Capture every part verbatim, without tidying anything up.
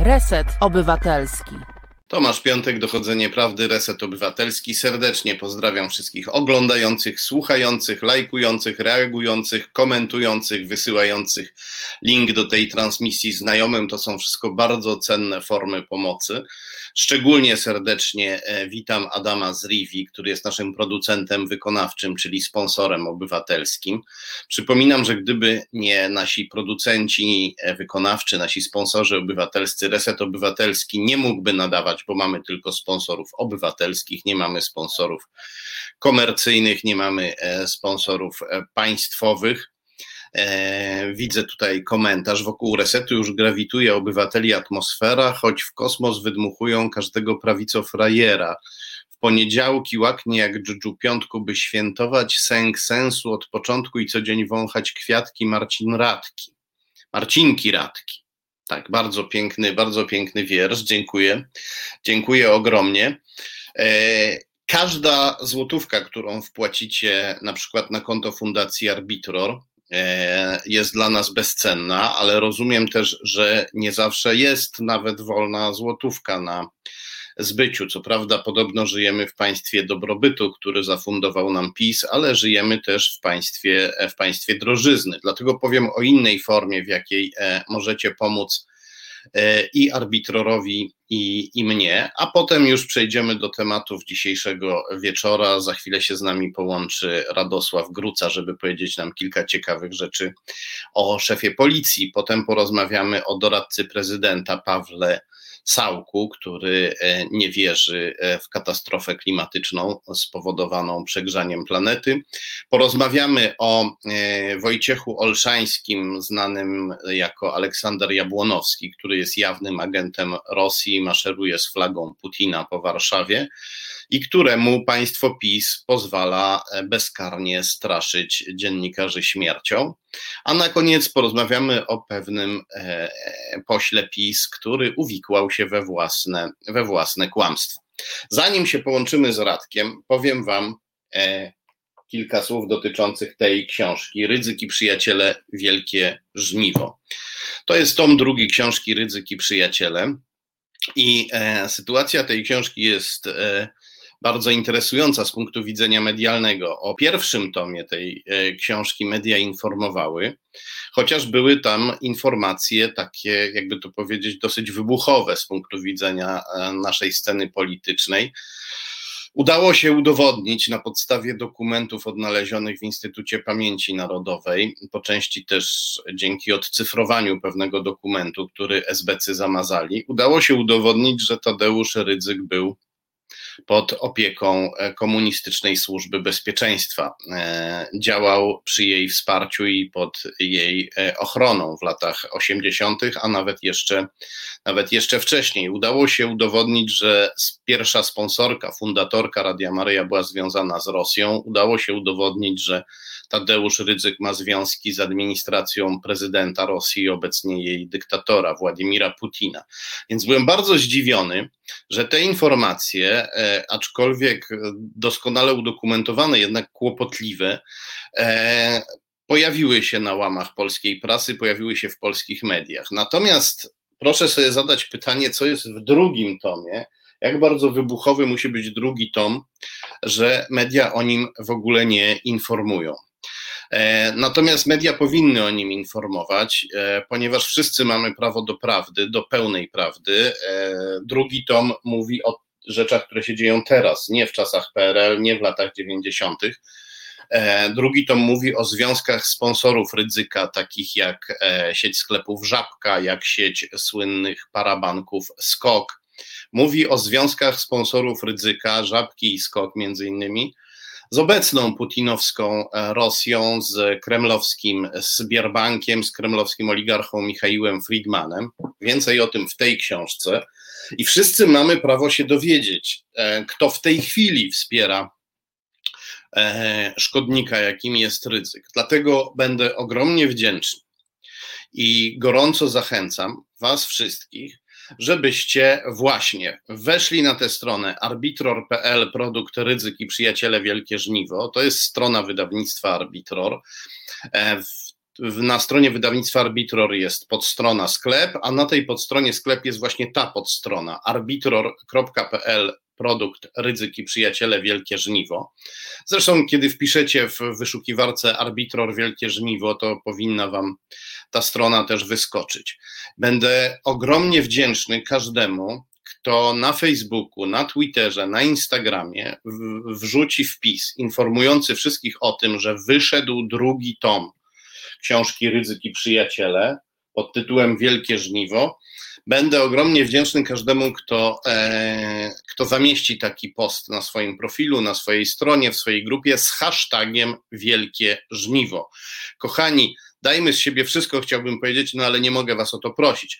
Reset Obywatelski. Tomasz Piątek, Dochodzenie Prawdy, Reset Obywatelski. Serdecznie pozdrawiam wszystkich oglądających, słuchających, lajkujących, reagujących, komentujących, wysyłających link do tej transmisji znajomym. To są wszystko bardzo cenne formy pomocy. Szczególnie serdecznie witam Adama z Rivi, który jest naszym producentem wykonawczym, czyli sponsorem obywatelskim. Przypominam, że gdyby nie nasi producenci wykonawczy, nasi sponsorzy obywatelscy, Reset Obywatelski nie mógłby nadawać, bo mamy tylko sponsorów obywatelskich, nie mamy sponsorów komercyjnych, nie mamy sponsorów państwowych. Widzę tutaj komentarz: wokół Resetu już grawituje obywateli atmosfera, choć w kosmos wydmuchują każdego prawicofrajera. W poniedziałki łaknie jak dżdżu piątku, by świętować sęk sensu od początku i co dzień wąchać kwiatki Marcin Radki. Marcinki Radki. Tak, bardzo piękny, bardzo piękny wiersz, dziękuję, dziękuję ogromnie. Każda złotówka, którą wpłacicie na przykład na konto Fundacji Arbitror, jest dla nas bezcenna, ale rozumiem też, że nie zawsze jest nawet wolna złotówka na zbyciu. Co prawda podobno żyjemy w państwie dobrobytu, który zafundował nam PiS, ale żyjemy też w państwie, w państwie drożyzny. Dlatego powiem o innej formie, w jakiej możecie pomóc i Arbitrorowi, i, i mnie, a potem już przejdziemy do tematów dzisiejszego wieczora. Za chwilę się z nami połączy Radosław Gruca, żeby powiedzieć nam kilka ciekawych rzeczy o szefie policji. Potem porozmawiamy o doradcy prezydenta Pawle Sałku, który nie wierzy w katastrofę klimatyczną spowodowaną przegrzaniem planety. Porozmawiamy o Wojciechu Olszańskim, znanym jako Aleksander Jabłonowski, który jest jawnym agentem Rosji, maszeruje z flagą Putina po Warszawie i któremu państwo PiS pozwala bezkarnie straszyć dziennikarzy śmiercią. A na koniec porozmawiamy o pewnym e, pośle PiS, który uwikłał się we własne, we własne kłamstwa. Zanim się połączymy z Radkiem, powiem wam e, kilka słów dotyczących tej książki Rydzyk i przyjaciele, wielkie żniwo. To jest tom drugi książki Rydzyk i przyjaciele i e, sytuacja tej książki jest e, bardzo interesująca z punktu widzenia medialnego. O pierwszym tomie tej książki media informowały, chociaż były tam informacje takie, jakby to powiedzieć, dosyć wybuchowe z punktu widzenia naszej sceny politycznej. Udało się udowodnić na podstawie dokumentów odnalezionych w Instytucie Pamięci Narodowej, po części też dzięki odcyfrowaniu pewnego dokumentu, który esbecy zamazali, udało się udowodnić, że Tadeusz Rydzyk był pod opieką komunistycznej służby bezpieczeństwa. Działał przy jej wsparciu i pod jej ochroną w latach osiemdziesiątych, a nawet jeszcze, nawet jeszcze wcześniej. Udało się udowodnić, że pierwsza sponsorka, fundatorka Radia Maryja była związana z Rosją. Udało się udowodnić, że Tadeusz Rydzyk ma związki z administracją prezydenta Rosji i obecnie jej dyktatora Władimira Putina. Więc byłem bardzo zdziwiony, że te informacje, aczkolwiek doskonale udokumentowane, jednak kłopotliwe, pojawiły się na łamach polskiej prasy, pojawiły się w polskich mediach. Natomiast proszę sobie zadać pytanie, co jest w drugim tomie, jak bardzo wybuchowy musi być drugi tom, że media o nim w ogóle nie informują. Natomiast media powinny o nim informować, ponieważ wszyscy mamy prawo do prawdy, do pełnej prawdy. Drugi tom mówi o rzeczach, które się dzieją teraz, nie w czasach P R L, nie w latach dziewięćdziesiątych. Drugi tom mówi o związkach sponsorów Rydzyka, takich jak sieć sklepów Żabka, jak sieć słynnych parabanków Skok. Mówi o związkach sponsorów Rydzyka, Żabki i Skok między innymi, z obecną putinowską Rosją, z kremlowskim Sberbankiem, z kremlowskim oligarchą Michaiłem Friedmanem. Więcej o tym w tej książce. I wszyscy mamy prawo się dowiedzieć, kto w tej chwili wspiera szkodnika, jakim jest Rydzyk. Dlatego będę ogromnie wdzięczny i gorąco zachęcam was wszystkich, żebyście właśnie weszli na tę stronę arbitror kropka p l, produkt Rydzyk i przyjaciele, wielkie żniwo. To jest strona wydawnictwa Arbitror. Na stronie wydawnictwa Arbitror jest podstrona sklep, a na tej podstronie sklep jest właśnie ta podstrona arbitror kropka p l, produkt Rydzyk i Przyjaciele Wielkie Żniwo. Zresztą kiedy wpiszecie w wyszukiwarce Arbitror Wielkie Żniwo, to powinna wam ta strona też wyskoczyć. Będę ogromnie wdzięczny każdemu, kto na Facebooku, na Twitterze, na Instagramie wrzuci wpis informujący wszystkich o tym, że wyszedł drugi tom książki Rydzyk i Przyjaciele pod tytułem Wielkie Żniwo. Będę ogromnie wdzięczny każdemu, kto, e, kto zamieści taki post na swoim profilu, na swojej stronie, w swojej grupie z hashtagiem Wielkie Żniwo. Kochani, dajmy z siebie wszystko, chciałbym powiedzieć, no ale nie mogę was o to prosić.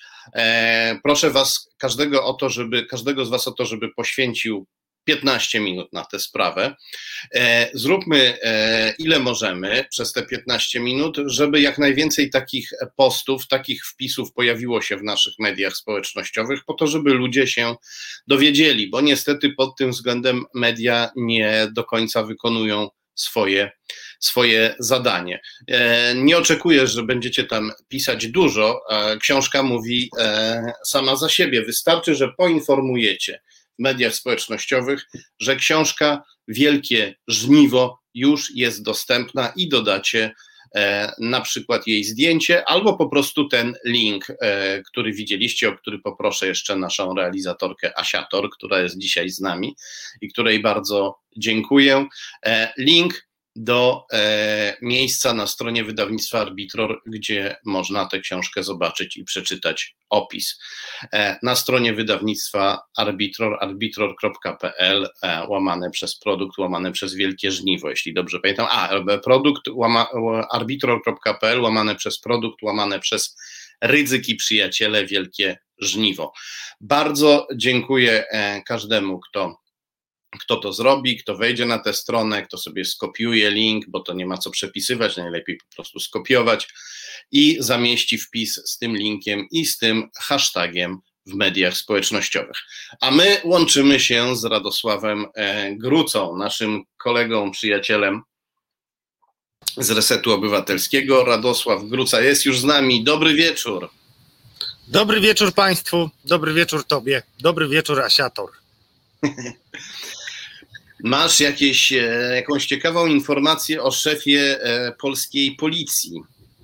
E, proszę was, każdego o to, żeby, każdego z was o to, żeby poświęcił piętnaście minut na tę sprawę. E, zróbmy e, ile możemy przez te piętnaście minut, żeby jak najwięcej takich postów, takich wpisów pojawiło się w naszych mediach społecznościowych, po to, żeby ludzie się dowiedzieli, bo niestety pod tym względem media nie do końca wykonują swoje, swoje zadanie. E, nie oczekuję, że będziecie tam pisać dużo. E, książka mówi e, sama za siebie. Wystarczy, że poinformujecie w mediach społecznościowych, że książka Wielkie Żniwo już jest dostępna i dodacie e, na przykład jej zdjęcie albo po prostu ten link, e, który widzieliście, o który poproszę jeszcze naszą realizatorkę Asiator, która jest dzisiaj z nami i której bardzo dziękuję. E, link do e, miejsca na stronie wydawnictwa Arbitror, gdzie można tę książkę zobaczyć i przeczytać opis. E, na stronie wydawnictwa Arbitror, arbitror kropka p l, e, łamane przez produkt, łamane przez Wielkie Żniwo, jeśli dobrze pamiętam. A, produkt, łama, arbitror kropka p l, łamane przez produkt, łamane przez Rydzyk i Przyjaciele Wielkie Żniwo. Bardzo dziękuję e, każdemu, kto Kto to zrobi, kto wejdzie na tę stronę, kto sobie skopiuje link, bo to nie ma co przepisywać, najlepiej po prostu skopiować i zamieści wpis z tym linkiem i z tym hashtagiem w mediach społecznościowych. A my łączymy się z Radosławem Grucą, naszym kolegą, przyjacielem z Resetu Obywatelskiego. Radosław Gruca jest już z nami. Dobry wieczór. Dobry wieczór Państwu, dobry wieczór Tobie, dobry wieczór Asiator. Masz jakieś, jakąś ciekawą informację o szefie polskiej policji?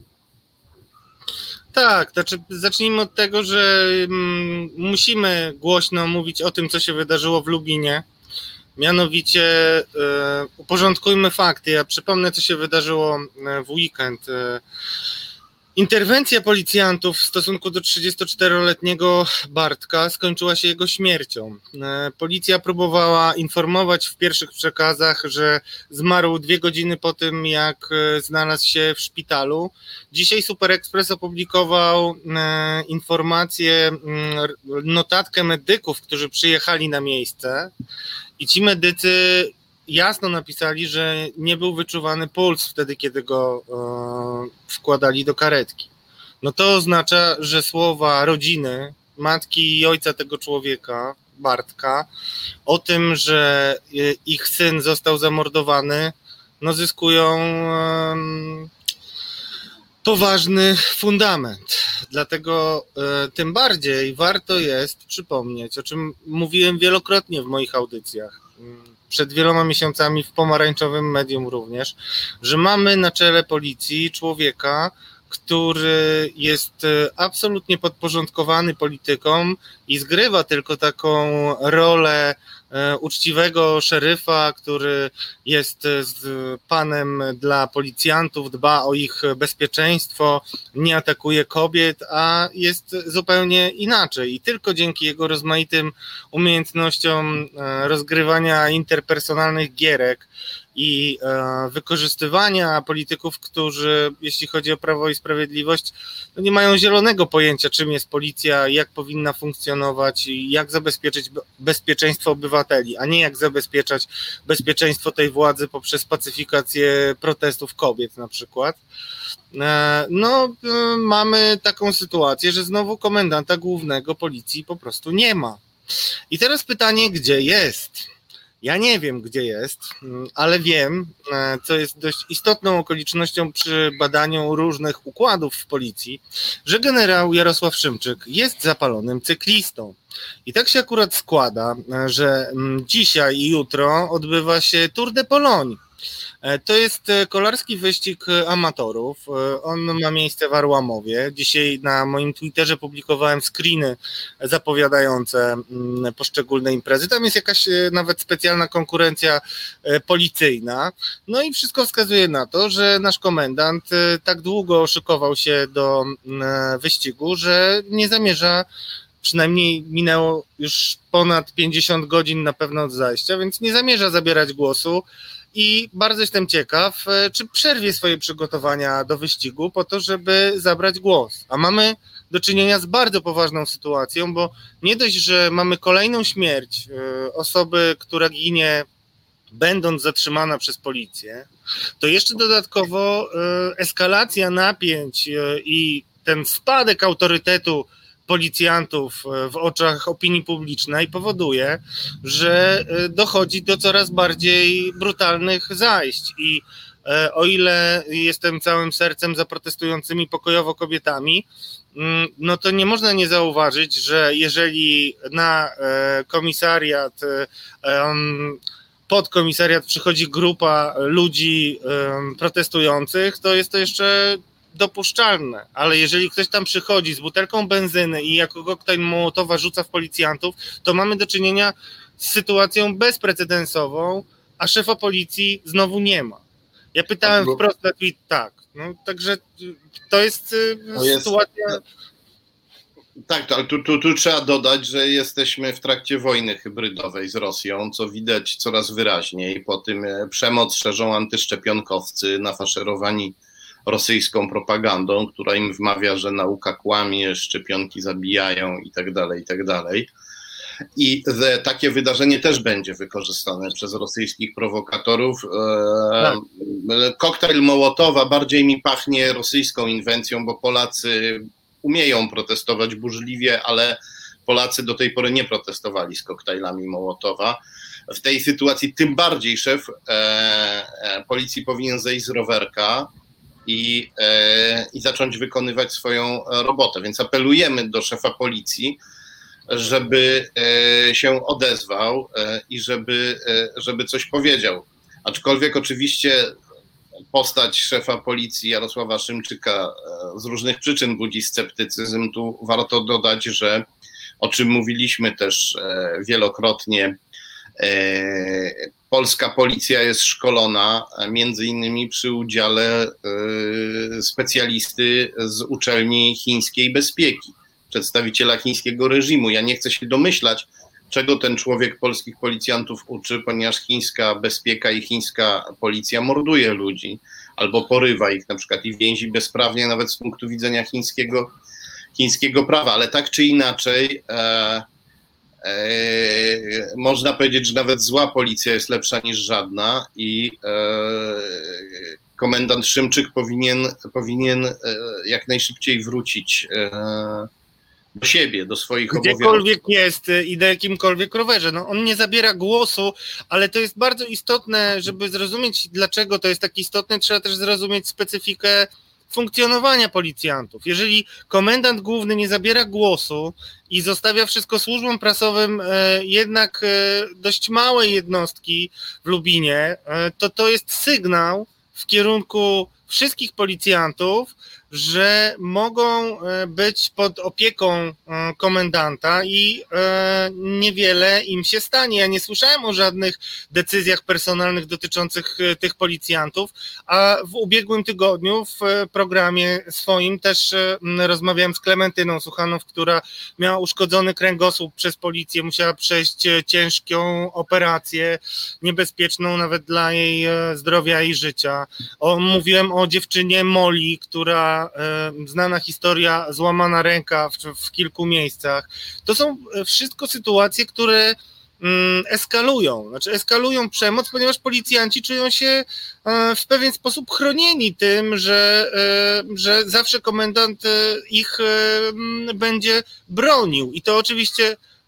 Tak, znaczy zacznijmy od tego, że musimy głośno mówić o tym, co się wydarzyło w Lubinie. Mianowicie uporządkujmy fakty. Ja przypomnę, co się wydarzyło w weekend. Interwencja policjantów w stosunku do trzydziestoczteroletniego Bartka skończyła się jego śmiercią. Policja próbowała informować w pierwszych przekazach, że zmarł dwie godziny po tym, jak znalazł się w szpitalu. Dzisiaj Super Express opublikował informację, notatkę medyków, którzy przyjechali na miejsce i ci medycy jasno napisali, że nie był wyczuwany puls wtedy, kiedy go e, wkładali do karetki. No to oznacza, że słowa rodziny, matki i ojca tego człowieka, Bartka, o tym, że ich syn został zamordowany, no zyskują e, poważny fundament. Dlatego e, tym bardziej warto jest przypomnieć, o czym mówiłem wielokrotnie w moich audycjach, przed wieloma miesiącami w pomarańczowym medium również, że mamy na czele policji człowieka, który jest absolutnie podporządkowany politykom i zgrywa tylko taką rolę uczciwego szeryfa, który jest panem dla policjantów, dba o ich bezpieczeństwo, nie atakuje kobiet, a jest zupełnie inaczej. I tylko dzięki jego rozmaitym umiejętnościom rozgrywania interpersonalnych gierek i wykorzystywania polityków, którzy, jeśli chodzi o Prawo i Sprawiedliwość, no nie mają zielonego pojęcia, czym jest policja, jak powinna funkcjonować i jak zabezpieczyć bezpieczeństwo obywateli, a nie jak zabezpieczać bezpieczeństwo tej władzy poprzez pacyfikację protestów kobiet na przykład. No, mamy taką sytuację, że znowu komendanta głównego policji po prostu nie ma. I teraz pytanie, gdzie jest? Ja nie wiem, gdzie jest, ale wiem, co jest dość istotną okolicznością przy badaniu różnych układów w policji, że generał Jarosław Szymczyk jest zapalonym cyklistą. I tak się akurat składa, że dzisiaj i jutro odbywa się Tour de Pologne. To jest kolarski wyścig amatorów. On ma miejsce w Arłamowie. Dzisiaj na moim Twitterze publikowałem screeny zapowiadające poszczególne imprezy. Tam jest jakaś nawet specjalna konkurencja policyjna. No i wszystko wskazuje na to, że nasz komendant tak długo szykował się do wyścigu, że nie zamierza, przynajmniej minęło już ponad pięćdziesiąt godzin na pewno od zajścia, więc nie zamierza zabierać głosu. I bardzo jestem ciekaw, czy przerwie swoje przygotowania do wyścigu po to, żeby zabrać głos. A mamy do czynienia z bardzo poważną sytuacją, bo nie dość, że mamy kolejną śmierć osoby, która ginie będąc zatrzymana przez policję, to jeszcze dodatkowo eskalacja napięć i ten spadek autorytetu policjantów w oczach opinii publicznej powoduje, że dochodzi do coraz bardziej brutalnych zajść i o ile jestem całym sercem za protestującymi pokojowo kobietami, no to nie można nie zauważyć, że jeżeli na komisariat, pod komisariat przychodzi grupa ludzi protestujących, to jest to jeszcze dopuszczalne, ale jeżeli ktoś tam przychodzi z butelką benzyny i jako koktajl Mołotowa rzuca w policjantów, to mamy do czynienia z sytuacją bezprecedensową, a szefa policji znowu nie ma. Ja pytałem bo... wprost na tweet, tak, no, także to jest, to jest sytuacja... Tak, ale tu, tu, tu trzeba dodać, że jesteśmy w trakcie wojny hybrydowej z Rosją, co widać coraz wyraźniej. Po tym przemoc szerzą antyszczepionkowcy nafaszerowani rosyjską propagandą, która im wmawia, że nauka kłamie, szczepionki zabijają i tak dalej, i tak dalej. I takie wydarzenie też będzie wykorzystane przez rosyjskich prowokatorów. Tak. Koktajl Mołotowa bardziej mi pachnie rosyjską inwencją, bo Polacy umieją protestować burzliwie, ale Polacy do tej pory nie protestowali z koktajlami Mołotowa. W tej sytuacji tym bardziej szef policji powinien zejść z rowerka I, e, i zacząć wykonywać swoją robotę. Więc apelujemy do szefa policji, żeby e, się odezwał e, i żeby, e, żeby coś powiedział. Aczkolwiek oczywiście postać szefa policji Jarosława Szymczyka e, z różnych przyczyn budzi sceptycyzm. Tu warto dodać, że o czym mówiliśmy też e, wielokrotnie, polska policja jest szkolona między innymi przy udziale specjalisty z uczelni chińskiej bezpieki, przedstawiciela chińskiego reżimu. Ja nie chcę się domyślać, czego ten człowiek polskich policjantów uczy, ponieważ chińska bezpieka i chińska policja morduje ludzi albo porywa ich na przykład i więzi bezprawnie nawet z punktu widzenia chińskiego, chińskiego prawa, ale tak czy inaczej e, E, można powiedzieć, że nawet zła policja jest lepsza niż żadna i e, komendant Szymczyk powinien, powinien e, jak najszybciej wrócić e, do siebie, do swoich obowiązków. Gdziekolwiek jest i na jakimkolwiek rowerze. No, on nie zabiera głosu, ale to jest bardzo istotne, żeby zrozumieć, dlaczego to jest tak istotne, trzeba też zrozumieć specyfikę funkcjonowania policjantów. Jeżeli komendant główny nie zabiera głosu i zostawia wszystko służbom prasowym jednak dość małej jednostki w Lubinie, to to jest sygnał w kierunku wszystkich policjantów, że mogą być pod opieką komendanta i niewiele im się stanie. Ja nie słyszałem o żadnych decyzjach personalnych dotyczących tych policjantów, a w ubiegłym tygodniu w programie swoim też rozmawiałem z Klementyną Suchanow, która miała uszkodzony kręgosłup przez policję, musiała przejść ciężką operację, niebezpieczną nawet dla jej zdrowia i życia. O, mówiłem o dziewczynie Moli, która znana historia, złamana ręka w, w kilku miejscach. To są wszystko sytuacje, które eskalują, znaczy eskalują przemoc, ponieważ policjanci czują się w pewien sposób chronieni tym, że, że zawsze komendant ich będzie bronił. I to oczywiście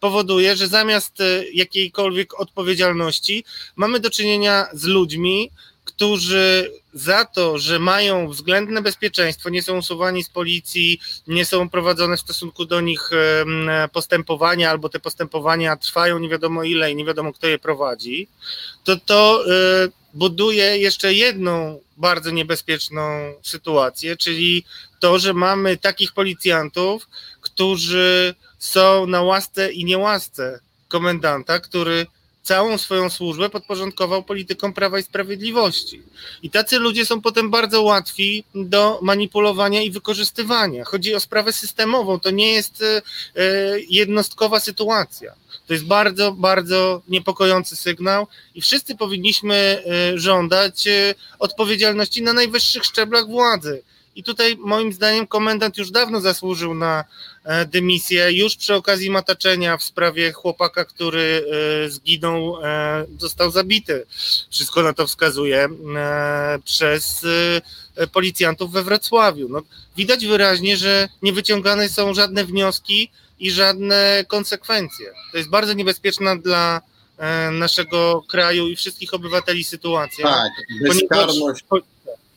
powoduje, że zamiast jakiejkolwiek odpowiedzialności mamy do czynienia z ludźmi, którzy za to, że mają względne bezpieczeństwo, nie są usuwani z policji, nie są prowadzone w stosunku do nich postępowania, albo te postępowania trwają nie wiadomo ile i nie wiadomo kto je prowadzi, to to buduje jeszcze jedną bardzo niebezpieczną sytuację, czyli to, że mamy takich policjantów, którzy są na łasce i niełasce komendanta, który całą swoją służbę podporządkował politykom Prawa i Sprawiedliwości. I tacy ludzie są potem bardzo łatwi do manipulowania i wykorzystywania. Chodzi o sprawę systemową, to nie jest jednostkowa sytuacja. To jest bardzo, bardzo niepokojący sygnał i wszyscy powinniśmy żądać odpowiedzialności na najwyższych szczeblach władzy. I tutaj moim zdaniem komendant już dawno zasłużył na dymisję, już przy okazji mataczenia w sprawie chłopaka, który zginął, został zabity. Wszystko na to wskazuje przez policjantów we Wrocławiu. No, widać wyraźnie, że nie wyciągane są żadne wnioski i żadne konsekwencje. To jest bardzo niebezpieczna dla naszego kraju i wszystkich obywateli sytuacja. Tak, bezkarność. Ponieważ...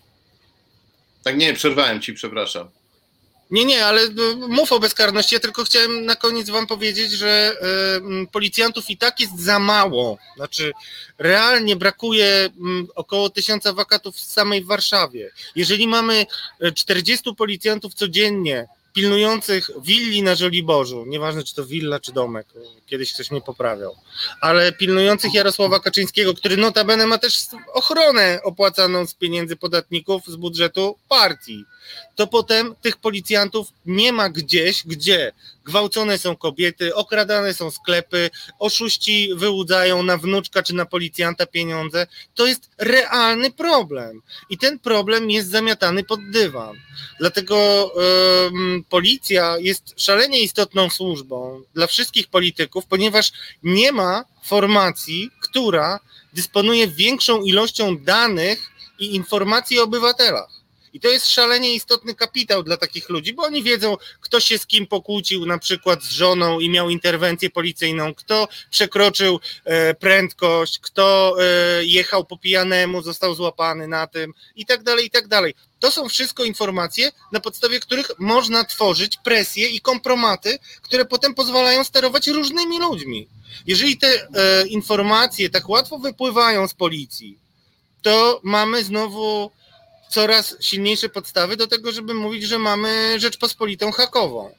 Tak, nie, przerwałem ci, przepraszam. Nie, nie, ale mów o bezkarności. Ja tylko chciałem na koniec wam powiedzieć, że y, policjantów i tak jest za mało. Znaczy, realnie brakuje y, około tysiąca wakatów w samej Warszawie. Jeżeli mamy czterdziestu policjantów codziennie pilnujących willi na Żoliborzu, nieważne czy to willa, czy domek, kiedyś ktoś mnie poprawiał, ale pilnujących Jarosława Kaczyńskiego, który notabene ma też ochronę opłacaną z pieniędzy podatników z budżetu partii, to potem tych policjantów nie ma gdzieś, gdzie gwałcone są kobiety, okradane są sklepy, oszuści wyłudzają na wnuczka czy na policjanta pieniądze. To jest realny problem i ten problem jest zamiatany pod dywan. Dlatego um, policja jest szalenie istotną służbą dla wszystkich polityków, ponieważ nie ma formacji, która dysponuje większą ilością danych i informacji o obywatelach. I to jest szalenie istotny kapitał dla takich ludzi, bo oni wiedzą, kto się z kim pokłócił, na przykład z żoną i miał interwencję policyjną, kto przekroczył e, prędkość, kto e, jechał po pijanemu, został złapany na tym i tak dalej, i tak dalej. To są wszystko informacje, na podstawie których można tworzyć presje i kompromaty, które potem pozwalają sterować różnymi ludźmi. Jeżeli te e, informacje tak łatwo wypływają z policji, to mamy znowu coraz silniejsze podstawy do tego, żeby mówić, że mamy Rzeczpospolitą hakową.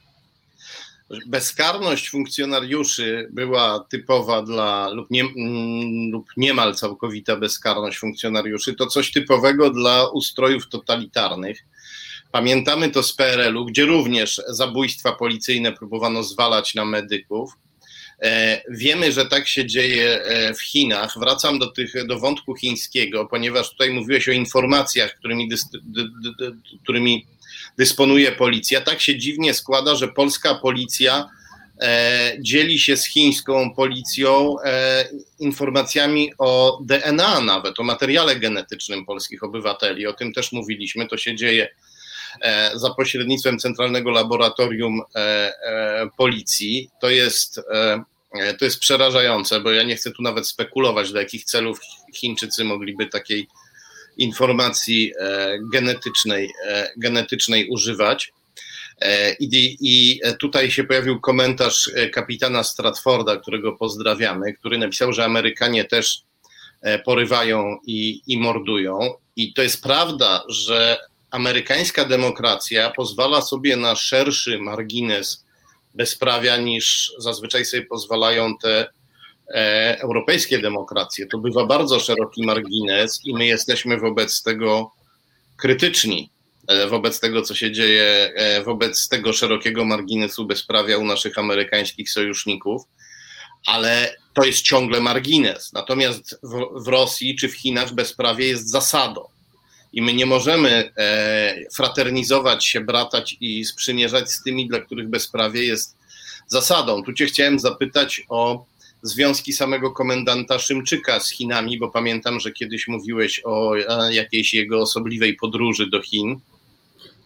Bezkarność funkcjonariuszy była typowa dla, lub, nie, lub niemal całkowita bezkarność funkcjonariuszy, to coś typowego dla ustrojów totalitarnych. Pamiętamy to z P R L u, gdzie również zabójstwa policyjne próbowano zwalać na medyków. Wiemy, że tak się dzieje w Chinach. Wracam do, tych, do wątku chińskiego, ponieważ tutaj mówiłeś o informacjach, którymi, dys, dy, dy, dy, którymi dysponuje policja. Tak się dziwnie składa, że polska policja e, dzieli się z chińską policją e, informacjami o D N A nawet, o materiale genetycznym polskich obywateli. O tym też mówiliśmy. To się dzieje e, za pośrednictwem Centralnego Laboratorium e, e, Policji. To jest, e, to jest przerażające, bo ja nie chcę tu nawet spekulować, do jakich celów Chińczycy mogliby takiej informacji e, genetycznej, e, genetycznej używać. E, i, I tutaj się pojawił komentarz kapitana Stratforda, którego pozdrawiamy, który napisał, że Amerykanie też e, porywają i, i mordują. I to jest prawda, że amerykańska demokracja pozwala sobie na szerszy margines bezprawia niż zazwyczaj sobie pozwalają te e, europejskie demokracje. To bywa bardzo szeroki margines i my jesteśmy wobec tego krytyczni, e, wobec tego, co się dzieje, e, wobec tego szerokiego marginesu bezprawia u naszych amerykańskich sojuszników, ale to jest ciągle margines. Natomiast w, w Rosji czy w Chinach bezprawie jest zasadą. I my nie możemy e, fraternizować się, bratać i sprzymierzać z tymi, dla których bezprawie jest zasadą. Tu cię chciałem zapytać o związki samego komendanta Szymczyka z Chinami, bo pamiętam, że kiedyś mówiłeś o jakiejś jego osobliwej podróży do Chin.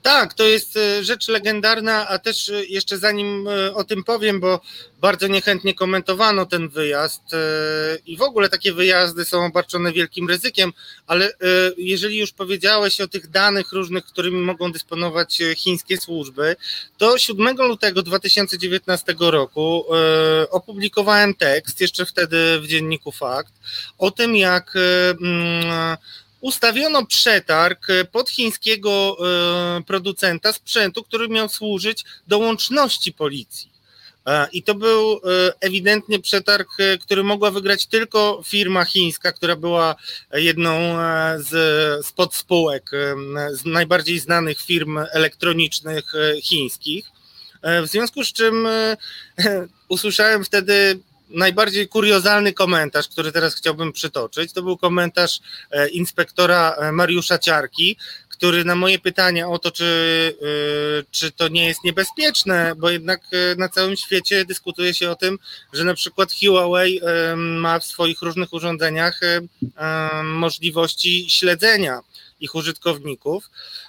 Tak, to jest rzecz legendarna, a też jeszcze zanim o tym powiem, bo bardzo niechętnie komentowano ten wyjazd i w ogóle takie wyjazdy są obarczone wielkim ryzykiem, ale jeżeli już powiedziałeś o tych danych różnych, którymi mogą dysponować chińskie służby, to siódmego lutego dwa tysiące dziewiętnastego roku opublikowałem tekst, jeszcze wtedy w dzienniku Fakt, o tym jak ustawiono przetarg pod chińskiego producenta sprzętu, który miał służyć do łączności policji. I to był ewidentnie przetarg, który mogła wygrać tylko firma chińska, która była jedną z, z podspółek z najbardziej znanych firm elektronicznych chińskich. W związku z czym usłyszałem wtedy najbardziej kuriozalny komentarz, który teraz chciałbym przytoczyć. To był komentarz inspektora Mariusza Ciarki, który na moje pytanie o to, czy, czy to nie jest niebezpieczne, bo jednak na całym świecie dyskutuje się o tym, że na przykład Huawei ma w swoich różnych urządzeniach możliwości śledzenia ich użytkowników.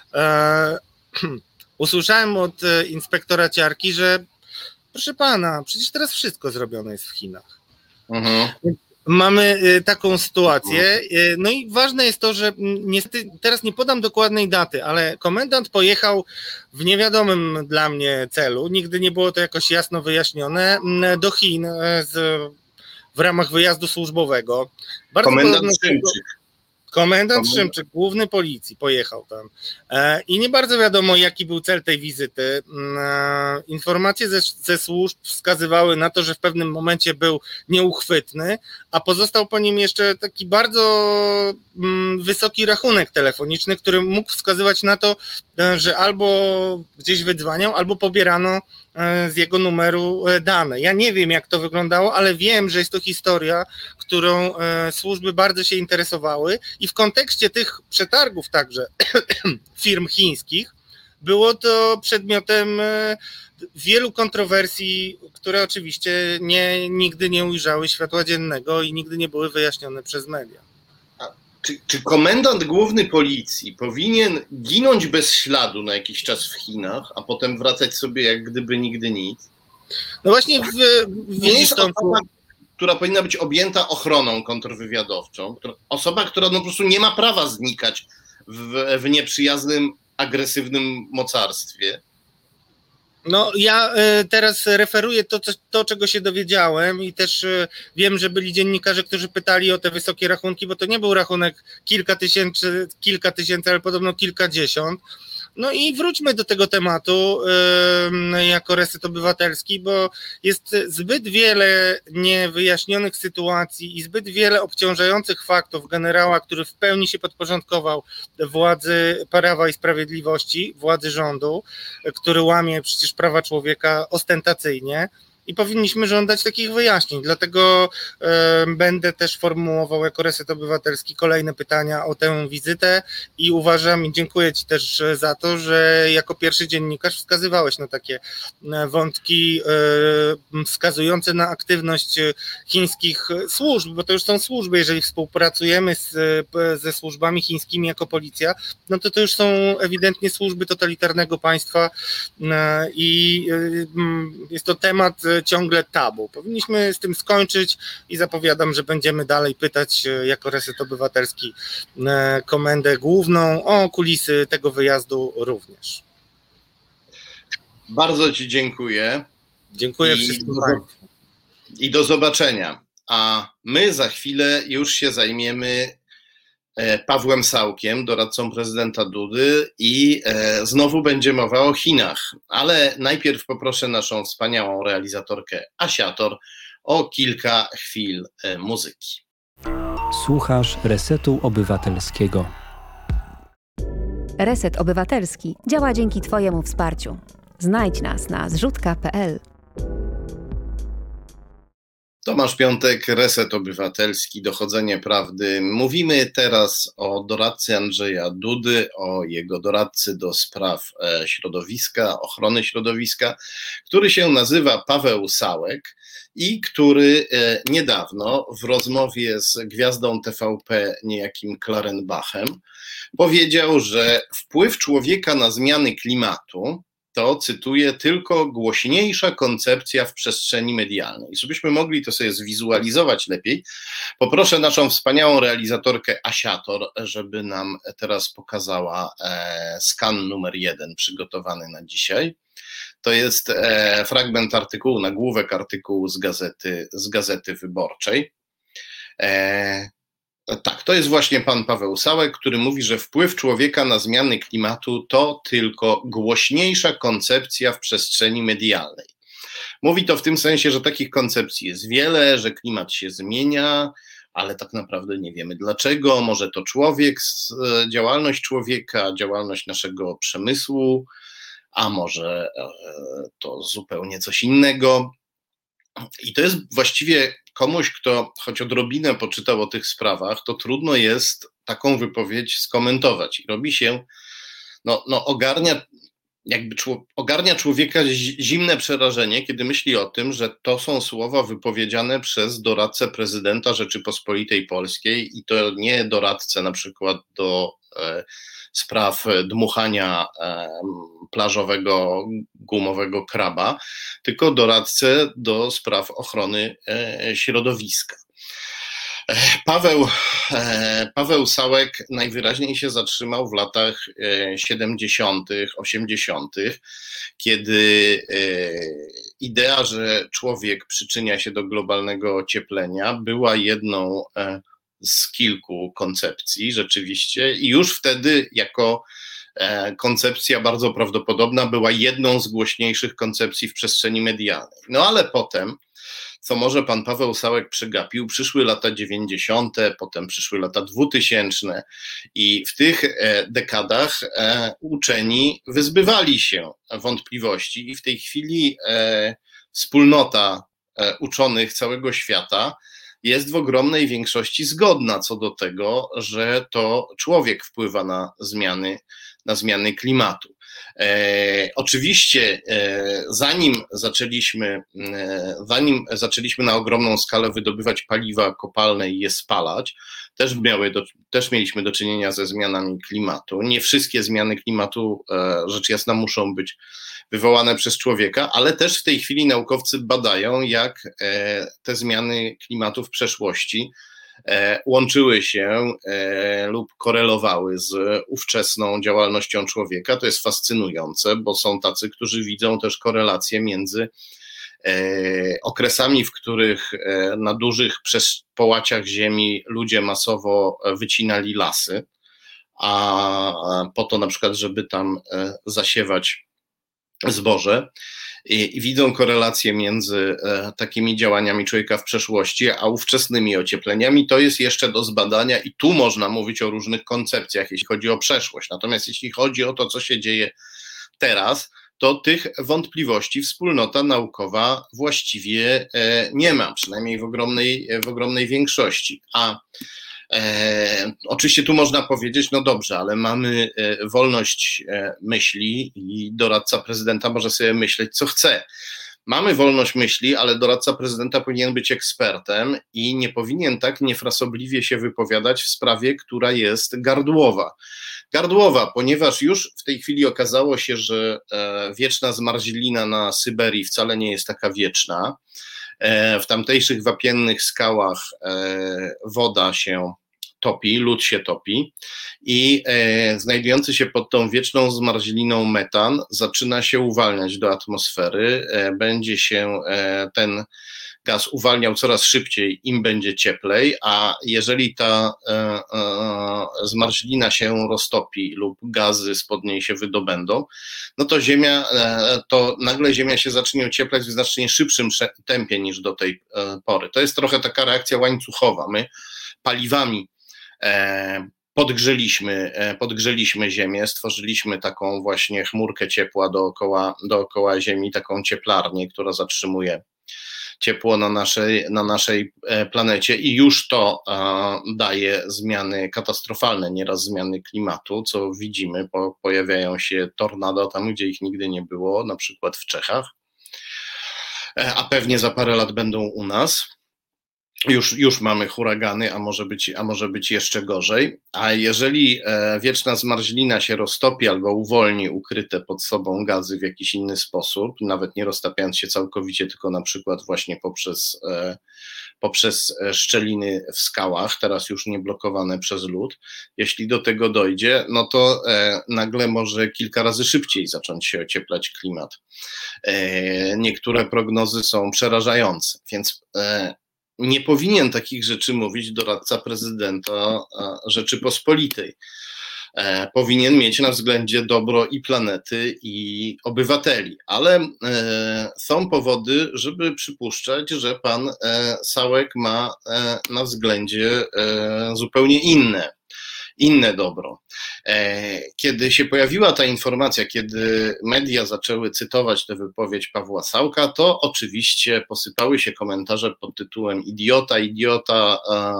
Usłyszałem od inspektora Ciarki, że proszę pana, przecież teraz wszystko zrobione jest w Chinach. Mhm. Mamy taką sytuację, no i ważne jest to, że niestety, teraz nie podam dokładnej daty, ale komendant pojechał w niewiadomym dla mnie celu, nigdy nie było to jakoś jasno wyjaśnione, do Chin z, w ramach wyjazdu służbowego. Bardzo komendant Szymczyk. Komendant Szymczyk, główny policji, pojechał tam i nie bardzo wiadomo, jaki był cel tej wizyty. Informacje ze, ze służb wskazywały na to, że w pewnym momencie był nieuchwytny, a pozostał po nim jeszcze taki bardzo wysoki rachunek telefoniczny, który mógł wskazywać na to, że albo gdzieś wydzwaniał, albo pobierano z jego numeru dane. Ja nie wiem, jak to wyglądało, ale wiem, że jest to historia, którą służby bardzo się interesowały i w kontekście tych przetargów także firm chińskich było to przedmiotem wielu kontrowersji, które oczywiście nie, nigdy nie ujrzały światła dziennego i nigdy nie były wyjaśnione przez media. Czy, czy komendant główny policji powinien ginąć bez śladu na jakiś czas w Chinach, a potem wracać sobie jak gdyby nigdy nic? No właśnie w, w nie jest osoba, która powinna być objęta ochroną kontrwywiadowczą. Która, osoba, która no po prostu nie ma prawa znikać w, w nieprzyjaznym, agresywnym mocarstwie. No ja teraz referuję to, to, czego się dowiedziałem i też wiem, że byli dziennikarze, którzy pytali o te wysokie rachunki, bo to nie był rachunek kilka tysięcy, kilka tysięcy, ale podobno kilkadziesiąt. No i wróćmy do tego tematu yy, jako Reset Obywatelski, bo jest zbyt wiele niewyjaśnionych sytuacji i zbyt wiele obciążających faktów generała, który w pełni się podporządkował władzy Prawa i Sprawiedliwości, władzy rządu, który łamie przecież prawa człowieka ostentacyjnie. I powinniśmy żądać takich wyjaśnień, dlatego y, będę też formułował jako Reset Obywatelski kolejne pytania o tę wizytę i uważam i dziękuję Ci też za to, że jako pierwszy dziennikarz wskazywałeś na takie wątki y, wskazujące na aktywność chińskich służb, bo to już są służby, jeżeli współpracujemy z, ze służbami chińskimi jako policja, no to to już są ewidentnie służby totalitarnego państwa y, i y, jest to temat ciągle tabu. Powinniśmy z tym skończyć i zapowiadam, że będziemy dalej pytać jako Reset Obywatelski komendę główną o kulisy tego wyjazdu również. Bardzo Ci dziękuję. Dziękuję wszystkim Państwu. I do zobaczenia. A my za chwilę już się zajmiemy Pawłem Sałkiem, doradcą prezydenta Dudy i znowu będzie mowa o Chinach, ale najpierw poproszę naszą wspaniałą realizatorkę Asiator o kilka chwil muzyki. Słuchasz Resetu Obywatelskiego. Reset Obywatelski działa dzięki Twojemu wsparciu. Znajdź nas na zrzutka kropka pe el. Tomasz Piątek, Reset Obywatelski, Dochodzenie Prawdy. Mówimy teraz o doradcy Andrzeja Dudy, o jego doradcy do spraw środowiska, ochrony środowiska, który się nazywa Paweł Sałek i który niedawno w rozmowie z gwiazdą T V P, niejakim Klarenbachem, powiedział, że wpływ człowieka na zmiany klimatu to, cytuję, tylko głośniejsza koncepcja w przestrzeni medialnej. I żebyśmy mogli to sobie zwizualizować lepiej, poproszę naszą wspaniałą realizatorkę Asiator, żeby nam teraz pokazała e, skan numer jeden przygotowany na dzisiaj. To jest e, fragment artykułu, nagłówek artykułu z Gazety, z Gazety Wyborczej. E, Tak, to jest właśnie pan Paweł Sałek, który mówi, że wpływ człowieka na zmiany klimatu to tylko głośniejsza koncepcja w przestrzeni medialnej. Mówi to w tym sensie, że takich koncepcji jest wiele, że klimat się zmienia, ale tak naprawdę nie wiemy dlaczego. Może to człowiek, działalność człowieka, działalność naszego przemysłu, a może to zupełnie coś innego. I to jest właściwie komuś, kto choć odrobinę poczytał o tych sprawach, to trudno jest taką wypowiedź skomentować. I robi się, no, no ogarnia, jakby czło, ogarnia człowieka zimne przerażenie, kiedy myśli o tym, że to są słowa wypowiedziane przez doradcę prezydenta Rzeczypospolitej Polskiej i to nie doradcę na przykład do e, spraw dmuchania e, plażowego gumowego kraba, tylko doradcę do spraw ochrony e, środowiska. E, Paweł, e, Paweł Sałek najwyraźniej się zatrzymał w latach e, siedemdziesiątych, osiemdziesiątych, kiedy e, idea, że człowiek przyczynia się do globalnego ocieplenia, była jedną e, z kilku koncepcji rzeczywiście i już wtedy jako koncepcja bardzo prawdopodobna była jedną z głośniejszych koncepcji w przestrzeni medialnej. No ale potem, co może pan Paweł Sałek przegapił, przyszły lata dziewięćdziesiąte, potem przyszły lata dwutysięczne i w tych dekadach uczeni wyzbywali się wątpliwości i w tej chwili wspólnota uczonych całego świata jest w ogromnej większości zgodna co do tego, że to człowiek wpływa na zmiany, na zmiany klimatu. E, oczywiście e, zanim zaczęliśmy, e, zanim zaczęliśmy na ogromną skalę wydobywać paliwa kopalne i je spalać, też, miały do, też mieliśmy do czynienia ze zmianami klimatu. Nie wszystkie zmiany klimatu, e, rzecz jasna, muszą być wywołane przez człowieka, ale też w tej chwili naukowcy badają, jak e, te zmiany klimatu w przeszłości e, łączyły się e, lub korelowały z ówczesną działalnością człowieka. To jest fascynujące, bo są tacy, którzy widzą też korelacje między e, okresami, w których e, na dużych połaciach ziemi ludzie masowo wycinali lasy, a po to na przykład, żeby tam e, zasiewać zboże i, i widzą korelację między e, takimi działaniami człowieka w przeszłości, a ówczesnymi ociepleniami. To jest jeszcze do zbadania i tu można mówić o różnych koncepcjach, jeśli chodzi o przeszłość. Natomiast jeśli chodzi o to, co się dzieje teraz, to tych wątpliwości wspólnota naukowa właściwie e, nie ma, przynajmniej w ogromnej, w ogromnej większości. A E, oczywiście tu można powiedzieć, no dobrze, ale mamy e, wolność e, myśli i doradca prezydenta może sobie myśleć, co chce. Mamy wolność myśli, ale doradca prezydenta powinien być ekspertem i nie powinien tak niefrasobliwie się wypowiadać w sprawie, która jest gardłowa. Gardłowa, ponieważ już w tej chwili okazało się, że e, wieczna zmarzlina na Syberii wcale nie jest taka wieczna. E, w tamtejszych wapiennych skałach e, woda się topi, lód się topi i e, znajdujący się pod tą wieczną zmarzliną metan zaczyna się uwalniać do atmosfery, e, będzie się e, ten gaz uwalniał coraz szybciej, im będzie cieplej, a jeżeli ta e, e, zmarzlina się roztopi lub gazy spod niej się wydobędą, no to ziemia, e, to nagle ziemia się zacznie ocieplać w znacznie szybszym tempie niż do tej e, pory. To jest trochę taka reakcja łańcuchowa. My paliwami e, podgrzeliśmy, e, podgrzeliśmy ziemię, stworzyliśmy taką właśnie chmurkę ciepła dookoła, dookoła ziemi, taką cieplarnię, która zatrzymuje ciepło na naszej, na naszej planecie i już to daje zmiany katastrofalne, nieraz zmiany klimatu, co widzimy, bo pojawiają się tornada tam, gdzie ich nigdy nie było, na przykład w Czechach, a pewnie za parę lat będą u nas. Już, już mamy huragany, a może być, a może być jeszcze gorzej. A jeżeli wieczna zmarzlina się roztopi albo uwolni ukryte pod sobą gazy w jakiś inny sposób, nawet nie roztapiając się całkowicie, tylko na przykład właśnie poprzez, poprzez szczeliny w skałach, teraz już nie blokowane przez lód, jeśli do tego dojdzie, no to nagle może kilka razy szybciej zacząć się ocieplać klimat. Niektóre prognozy są przerażające, więc nie powinien takich rzeczy mówić doradca prezydenta Rzeczypospolitej. Powinien mieć na względzie dobro i planety, i obywateli, ale są powody, żeby przypuszczać, że pan Sałek ma na względzie zupełnie inne. Inne dobro. Kiedy się pojawiła ta informacja, kiedy media zaczęły cytować tę wypowiedź Pawła Sałka, to oczywiście posypały się komentarze pod tytułem idiota, idiota,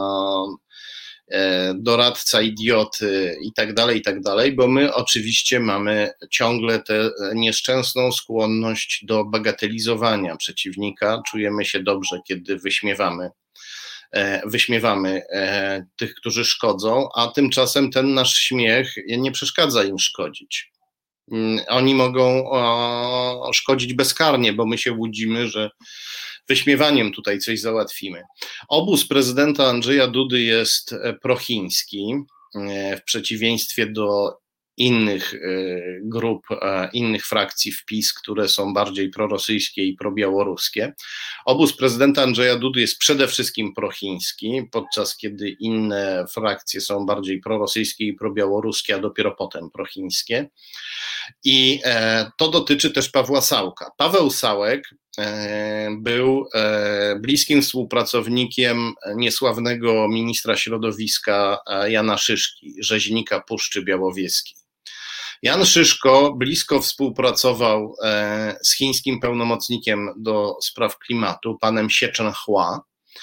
doradca idioty i tak dalej, i tak dalej, bo my oczywiście mamy ciągle tę nieszczęsną skłonność do bagatelizowania przeciwnika. Czujemy się dobrze, kiedy wyśmiewamy wyśmiewamy tych, którzy szkodzą, a tymczasem ten nasz śmiech nie przeszkadza im szkodzić. Oni mogą szkodzić bezkarnie, bo my się łudzimy, że wyśmiewaniem tutaj coś załatwimy. Obóz prezydenta Andrzeja Dudy jest prochiński, w przeciwieństwie do innych grup, innych frakcji w PiS, które są bardziej prorosyjskie i probiałoruskie. Obóz prezydenta Andrzeja Dudy jest przede wszystkim prochiński, podczas kiedy inne frakcje są bardziej prorosyjskie i probiałoruskie, a dopiero potem prochińskie. I to dotyczy też Pawła Sałka. Paweł Sałek był bliskim współpracownikiem niesławnego ministra środowiska Jana Szyszki, rzeźnika Puszczy Białowieskiej. Jan Szyszko blisko współpracował z chińskim pełnomocnikiem do spraw klimatu, panem Xie Zhenhua.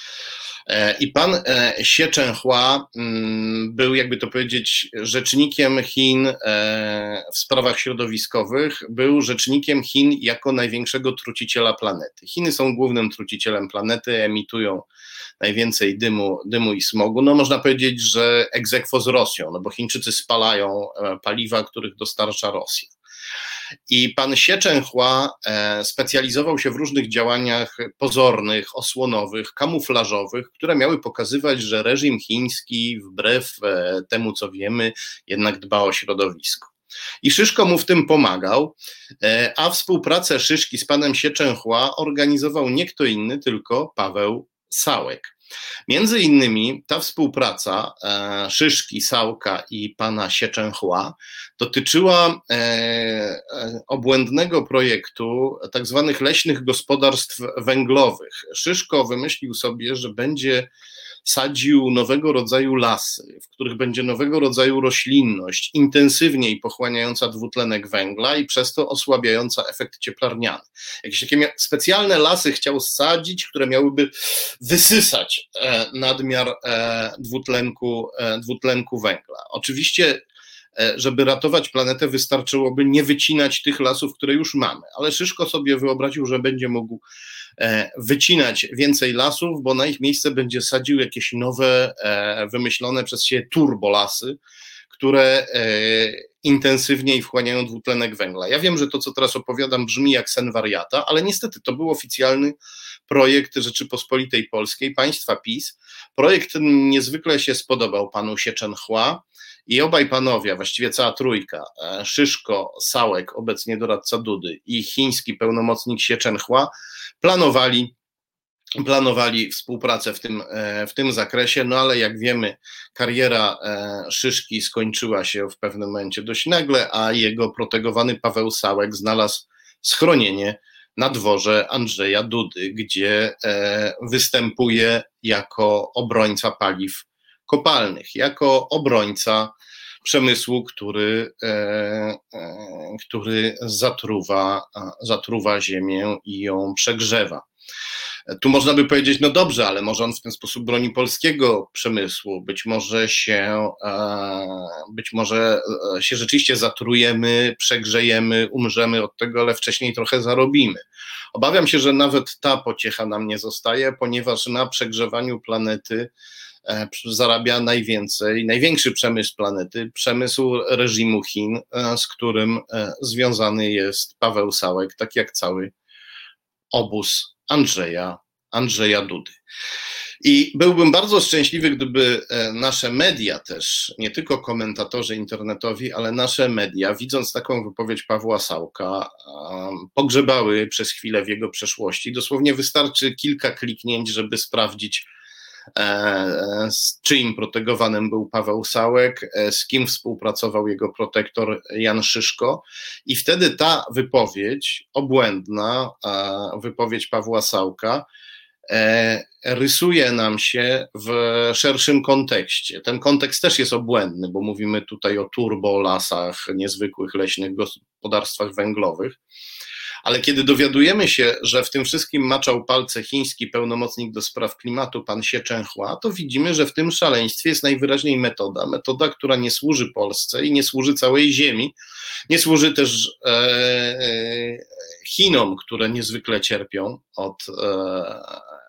I pan Xie Zhenhua był, jakby to powiedzieć, rzecznikiem Chin w sprawach środowiskowych, był rzecznikiem Chin jako największego truciciela planety. Chiny są głównym trucicielem planety, emitują najwięcej dymu, dymu i smogu. No można powiedzieć, że ex aequo z Rosją, no bo Chińczycy spalają paliwa, których dostarcza Rosja. I pan Xie Zhenhua specjalizował się w różnych działaniach pozornych, osłonowych, kamuflażowych, które miały pokazywać, że reżim chiński, wbrew temu, co wiemy, jednak dba o środowisko. I Szyszko mu w tym pomagał, a współpracę Szyszki z panem Xie Zhenhua organizował nie kto inny, tylko Paweł Sałek. Między innymi ta współpraca e, Szyszki, Sałka i pana Xie Zhenhua dotyczyła e, e, obłędnego projektu tak zwanych leśnych gospodarstw węglowych. Szyszko wymyślił sobie, że będzie sadził nowego rodzaju lasy, w których będzie nowego rodzaju roślinność, intensywniej pochłaniająca dwutlenek węgla i przez to osłabiająca efekt cieplarniany. Jakieś takie specjalne lasy chciał sadzić, które miałyby wysysać nadmiar dwutlenku, dwutlenku węgla. Oczywiście, żeby ratować planetę, wystarczyłoby nie wycinać tych lasów, które już mamy, ale Szyszko sobie wyobraził, że będzie mógł wycinać więcej lasów, bo na ich miejsce będzie sadził jakieś nowe, wymyślone przez siebie turbolasy, które intensywniej wchłaniają dwutlenek węgla. Ja wiem, że to, co teraz opowiadam, brzmi jak sen wariata, ale niestety to był oficjalny projekt Rzeczypospolitej Polskiej, państwa PiS. Projekt niezwykle się spodobał panu Xie Zhenhua i obaj panowie, właściwie cała trójka, Szyszko, Sałek, obecnie doradca Dudy, i chiński pełnomocnik Xie Zhenhua planowali planowali współpracę w tym, w tym zakresie, no ale jak wiemy, kariera Szyszki skończyła się w pewnym momencie dość nagle, a jego protegowany Paweł Sałek znalazł schronienie na dworze Andrzeja Dudy, gdzie występuje jako obrońca paliw kopalnych, jako obrońca przemysłu, który, który zatruwa, zatruwa ziemię i ją przegrzewa. Tu można by powiedzieć, no dobrze, ale może on w ten sposób broni polskiego przemysłu, być może się, być może się rzeczywiście zatrujemy, przegrzejemy, umrzemy od tego, ale wcześniej trochę zarobimy. Obawiam się, że nawet ta pociecha nam nie zostaje, ponieważ na przegrzewaniu planety zarabia najwięcej, największy przemysł planety, przemysł reżimu Chin, z którym związany jest Paweł Sałek, tak jak cały obóz Andrzeja, Andrzeja Dudy. I byłbym bardzo szczęśliwy, gdyby nasze media też, nie tylko komentatorzy internetowi, ale nasze media, widząc taką wypowiedź Pawła Sałka, pogrzebały przez chwilę w jego przeszłości. Dosłownie wystarczy kilka kliknięć, żeby sprawdzić, z czyim protegowanym był Paweł Sałek, z kim współpracował jego protektor Jan Szyszko, i wtedy ta wypowiedź, obłędna wypowiedź Pawła Sałka, rysuje nam się w szerszym kontekście. Ten kontekst też jest obłędny, bo mówimy tutaj o turbolasach, niezwykłych leśnych gospodarstwach węglowych, ale kiedy dowiadujemy się, że w tym wszystkim maczał palce chiński pełnomocnik do spraw klimatu, pan Xie Zhenhua, to widzimy, że w tym szaleństwie jest najwyraźniej metoda, metoda, która nie służy Polsce i nie służy całej ziemi, nie służy też e, e, Chinom, które niezwykle cierpią od, e,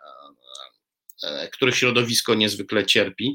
e, których środowisko niezwykle cierpi,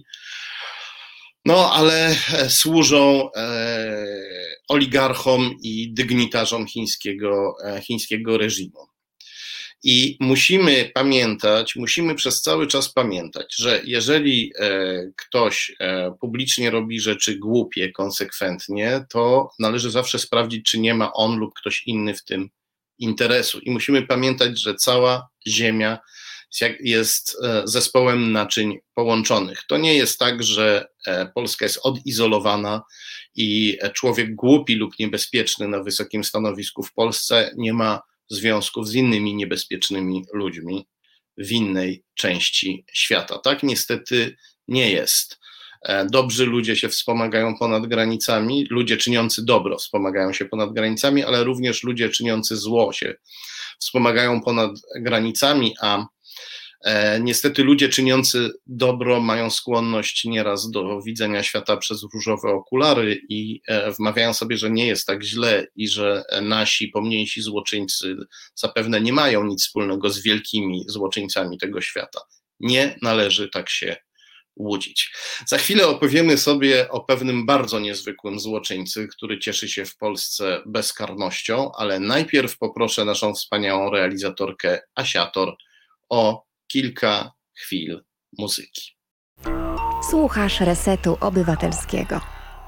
no ale służą e, oligarchom i dygnitarzom chińskiego, e, chińskiego reżimu. I musimy pamiętać, musimy przez cały czas pamiętać, że jeżeli e, ktoś e, publicznie robi rzeczy głupie, konsekwentnie, to należy zawsze sprawdzić, czy nie ma on lub ktoś inny w tym interesu. I musimy pamiętać, że cała Ziemia jest zespołem naczyń połączonych. To nie jest tak, że Polska jest odizolowana i człowiek głupi lub niebezpieczny na wysokim stanowisku w Polsce nie ma związków z innymi niebezpiecznymi ludźmi w innej części świata. Tak niestety nie jest. Dobrzy ludzie się wspomagają ponad granicami, ludzie czyniący dobro wspomagają się ponad granicami, ale również ludzie czyniący zło się wspomagają ponad granicami, a E, niestety ludzie czyniący dobro mają skłonność nieraz do widzenia świata przez różowe okulary i e, wmawiają sobie, że nie jest tak źle i że nasi pomniejsi złoczyńcy zapewne nie mają nic wspólnego z wielkimi złoczyńcami tego świata. Nie należy tak się łudzić. Za chwilę opowiemy sobie o pewnym bardzo niezwykłym złoczyńcy, który cieszy się w Polsce bezkarnością, ale najpierw poproszę naszą wspaniałą realizatorkę Asiator o kilka chwil muzyki. Słuchasz Resetu Obywatelskiego.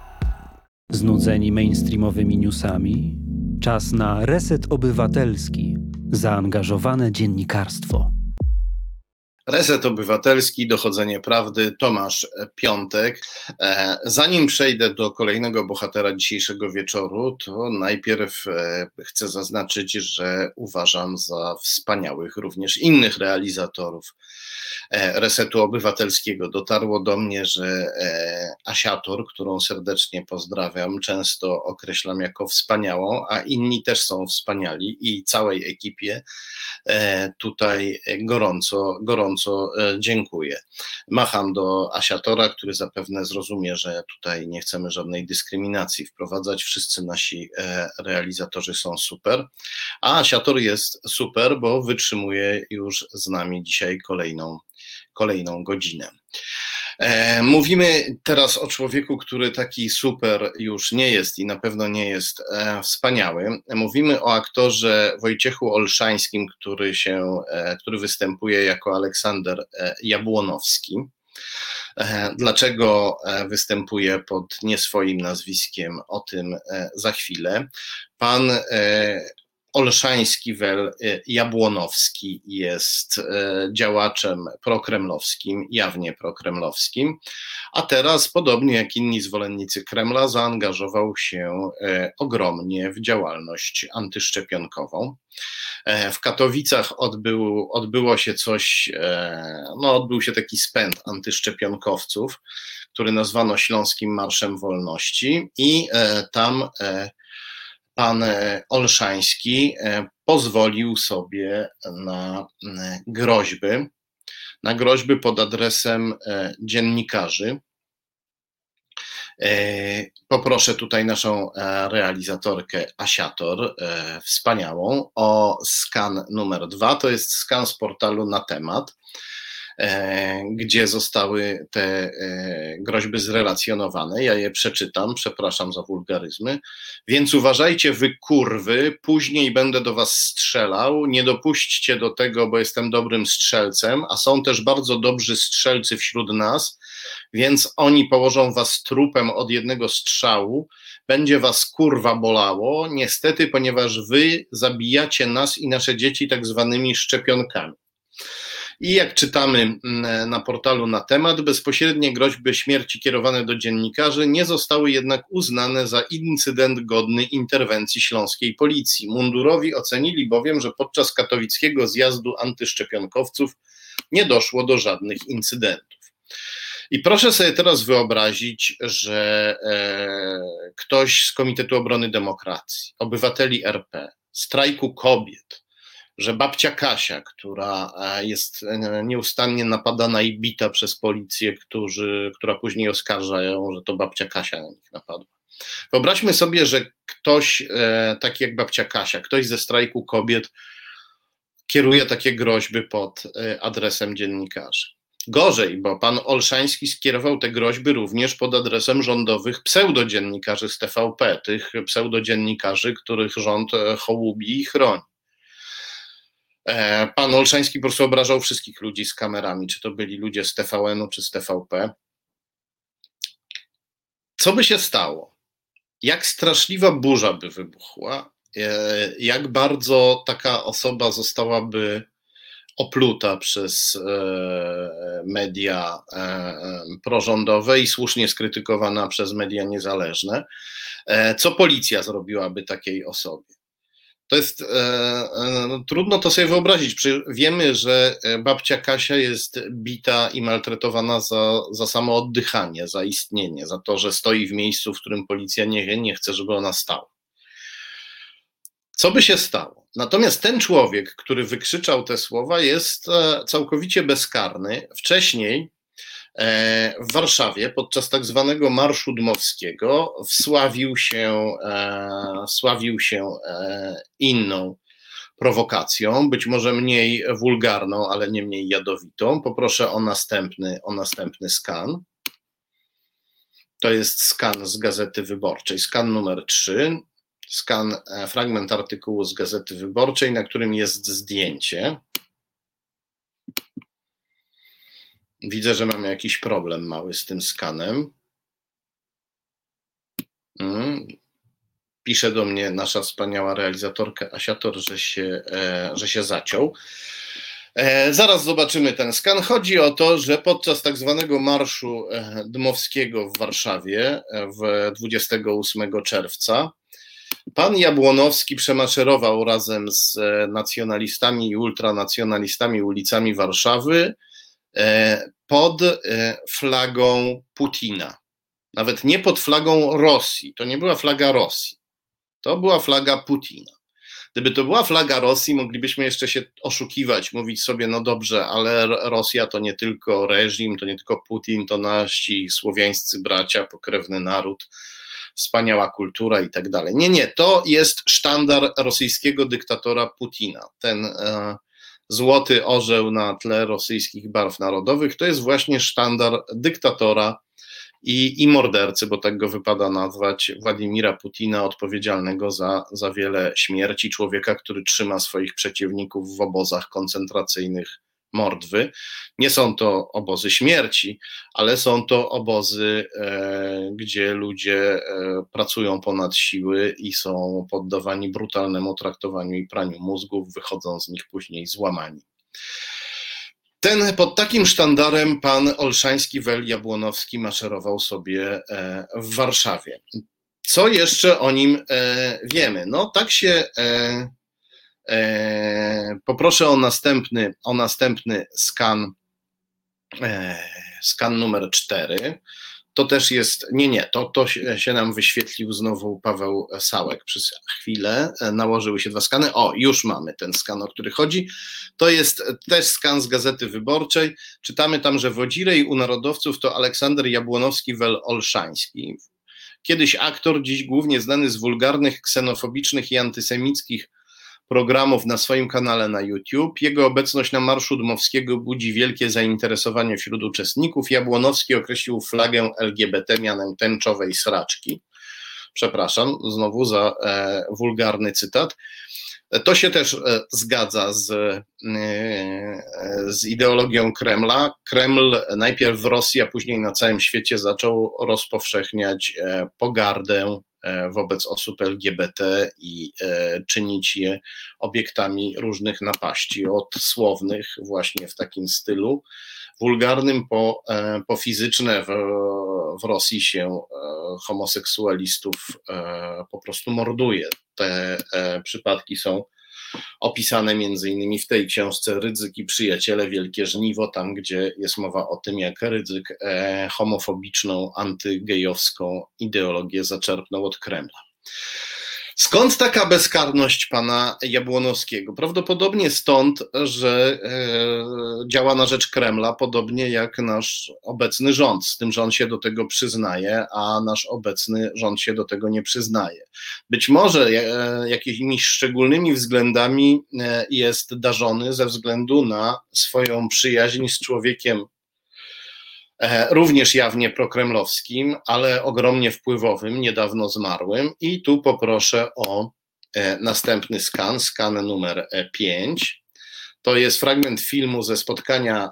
Znudzeni mainstreamowymi newsami? Czas na Reset Obywatelski. Zaangażowane dziennikarstwo. Reset Obywatelski, Dochodzenie Prawdy, Tomasz Piątek. Zanim przejdę do kolejnego bohatera dzisiejszego wieczoru, to najpierw chcę zaznaczyć, że uważam za wspaniałych również innych realizatorów Resetu Obywatelskiego. Dotarło do mnie, że Asiator, którą serdecznie pozdrawiam, często określam jako wspaniałą, a inni też są wspaniali i całej ekipie tutaj gorąco, gorąco dziękuję. Macham do Asiatora, który zapewne zrozumie, że tutaj nie chcemy żadnej dyskryminacji wprowadzać. Wszyscy nasi realizatorzy są super, a Asiator jest super, bo wytrzymuje już z nami dzisiaj kolejną, kolejną godzinę. Mówimy teraz o człowieku, który taki super już nie jest i na pewno nie jest wspaniały. Mówimy o aktorze Wojciechu Olszańskim, który się, który występuje jako Aleksander Jabłonowski. Dlaczego występuje pod nie swoim nazwiskiem, o tym za chwilę. Pan Olszański-Wel Jabłonowski jest działaczem prokremlowskim, jawnie prokremlowskim, a teraz, podobnie jak inni zwolennicy Kremla, zaangażował się ogromnie w działalność antyszczepionkową. W Katowicach odbył, odbyło się coś, no odbył się taki spęd antyszczepionkowców, który nazwano Śląskim Marszem Wolności i tam pan Olszański pozwolił sobie na groźby, na groźby pod adresem dziennikarzy. Poproszę tutaj naszą realizatorkę Asiator, wspaniałą, o skan numer dwa. To jest skan z portalu Na Temat, gdzie zostały te groźby zrelacjonowane. Ja je przeczytam, przepraszam za wulgaryzmy. Więc uważajcie, wy kurwy, później będę do was strzelał, nie dopuśćcie do tego, bo jestem dobrym strzelcem, a są też bardzo dobrzy strzelcy wśród nas, więc oni położą was trupem od jednego strzału, będzie was kurwa bolało, niestety, ponieważ wy zabijacie nas i nasze dzieci tak zwanymi szczepionkami. I jak czytamy na portalu Na Temat, bezpośrednie groźby śmierci kierowane do dziennikarzy nie zostały jednak uznane za incydent godny interwencji śląskiej policji. Mundurowi ocenili bowiem, że podczas katowickiego zjazdu antyszczepionkowców nie doszło do żadnych incydentów. I proszę sobie teraz wyobrazić, że e, ktoś z Komitetu Obrony Demokracji, obywateli er pe, strajku kobiet, że babcia Kasia, która jest nieustannie napadana i bita przez policję, którzy, która później oskarża ją, że to babcia Kasia na nich napadła. Wyobraźmy sobie, że ktoś taki jak babcia Kasia, ktoś ze strajku kobiet kieruje takie groźby pod adresem dziennikarzy. Gorzej, bo pan Olszański skierował te groźby również pod adresem rządowych pseudodziennikarzy z te ve pe, tych pseudodziennikarzy, których rząd hołubi i chroni. Pan Olszański po prostu obrażał wszystkich ludzi z kamerami, czy to byli ludzie z te ve enu, czy z te ve pe. Co by się stało? Jak straszliwa burza by wybuchła? Jak bardzo taka osoba zostałaby opluta przez media prorządowe i słusznie skrytykowana przez media niezależne? Co policja zrobiłaby takiej osobie? To jest, e, e, trudno to sobie wyobrazić. Wiemy, że babcia Kasia jest bita i maltretowana za, za samo oddychanie, za istnienie, za to, że stoi w miejscu, w którym policja nie, nie chce, żeby ona stała. Co by się stało? Natomiast ten człowiek, który wykrzyczał te słowa, jest całkowicie bezkarny. Wcześniej w Warszawie podczas tak zwanego Marszu Dmowskiego wsławił się, wsławił się inną prowokacją, być może mniej wulgarną, ale nie mniej jadowitą. Poproszę o następny, o następny skan. To jest skan z Gazety Wyborczej, skan numer trzy, skan, fragment artykułu z Gazety Wyborczej, na którym jest zdjęcie. Widzę, że mamy jakiś problem mały z tym skanem. Hmm. Pisze do mnie nasza wspaniała realizatorka Asiator, że się, e, że się zaciął. E, zaraz zobaczymy ten skan. Chodzi o to, że podczas tak zwanego Marszu Dmowskiego w Warszawie w dwudziestego ósmego czerwca pan Jabłonowski przemaszerował razem z nacjonalistami i ultranacjonalistami ulicami Warszawy pod flagą Putina. Nawet nie pod flagą Rosji. To nie była flaga Rosji. To była flaga Putina. Gdyby to była flaga Rosji, moglibyśmy jeszcze się oszukiwać, mówić sobie, no dobrze, ale Rosja to nie tylko reżim, to nie tylko Putin, to nasi słowiańscy bracia, pokrewny naród, wspaniała kultura i tak dalej. Nie, nie, to jest sztandar rosyjskiego dyktatora Putina. Ten e, złoty orzeł na tle rosyjskich barw narodowych to jest właśnie sztandar dyktatora i, i mordercy, bo tak go wypada nazwać, Władimira Putina, odpowiedzialnego za, za wiele śmierci, człowieka, który trzyma swoich przeciwników w obozach koncentracyjnych Mordwy. Nie są to obozy śmierci, ale są to obozy, e, gdzie ludzie e, pracują ponad siły i są poddawani brutalnemu traktowaniu i praniu mózgów, wychodzą z nich później złamani. Ten, pod takim sztandarem pan Olszański, Wel, Jabłonowski maszerował sobie e, w Warszawie. Co jeszcze o nim e, wiemy? No tak się... E, Poproszę o następny, o następny skan, skan numer cztery. to też jest, nie, nie, to, to się nam wyświetlił znowu Paweł Sałek przez chwilę, nałożyły się dwa skany, o, już mamy ten skan, o który chodzi, to jest też skan z Gazety Wyborczej, czytamy tam, że Wodzirej u narodowców to Aleksander Jabłonowski-Wel-Olszański, kiedyś aktor, dziś głównie znany z wulgarnych, ksenofobicznych i antysemickich programów na swoim kanale na YouTube. Jego obecność na Marszu Dmowskiego budzi wielkie zainteresowanie wśród uczestników. Jabłonowski określił flagę L G B T mianem tęczowej sraczki. Przepraszam znowu za e, wulgarny cytat. To się też e, zgadza z, e, z ideologią Kremla. Kreml najpierw w Rosji, a później na całym świecie zaczął rozpowszechniać e, pogardę wobec osób L G B T i e, czynić je obiektami różnych napaści, od słownych właśnie w takim stylu wulgarnym po, e, po fizyczne. W, w Rosji się e, homoseksualistów e, po prostu morduje. Te e, przypadki są opisane między innymi w tej książce Rydzyk i przyjaciele, Wielkie żniwo, tam gdzie jest mowa o tym, jak Rydzyk e, homofobiczną, antygejowską ideologię zaczerpnął od Kremla. Skąd taka bezkarność pana Jabłonowskiego? Prawdopodobnie stąd, że e, działa na rzecz Kremla, podobnie jak nasz obecny rząd, z tym, że on się do tego przyznaje, a nasz obecny rząd się do tego nie przyznaje. Być może e, jakimiś szczególnymi względami e, jest darzony ze względu na swoją przyjaźń z człowiekiem również jawnie prokremlowskim, ale ogromnie wpływowym, niedawno zmarłym. I tu poproszę o następny skan, skan numer pięć. To jest fragment filmu ze spotkania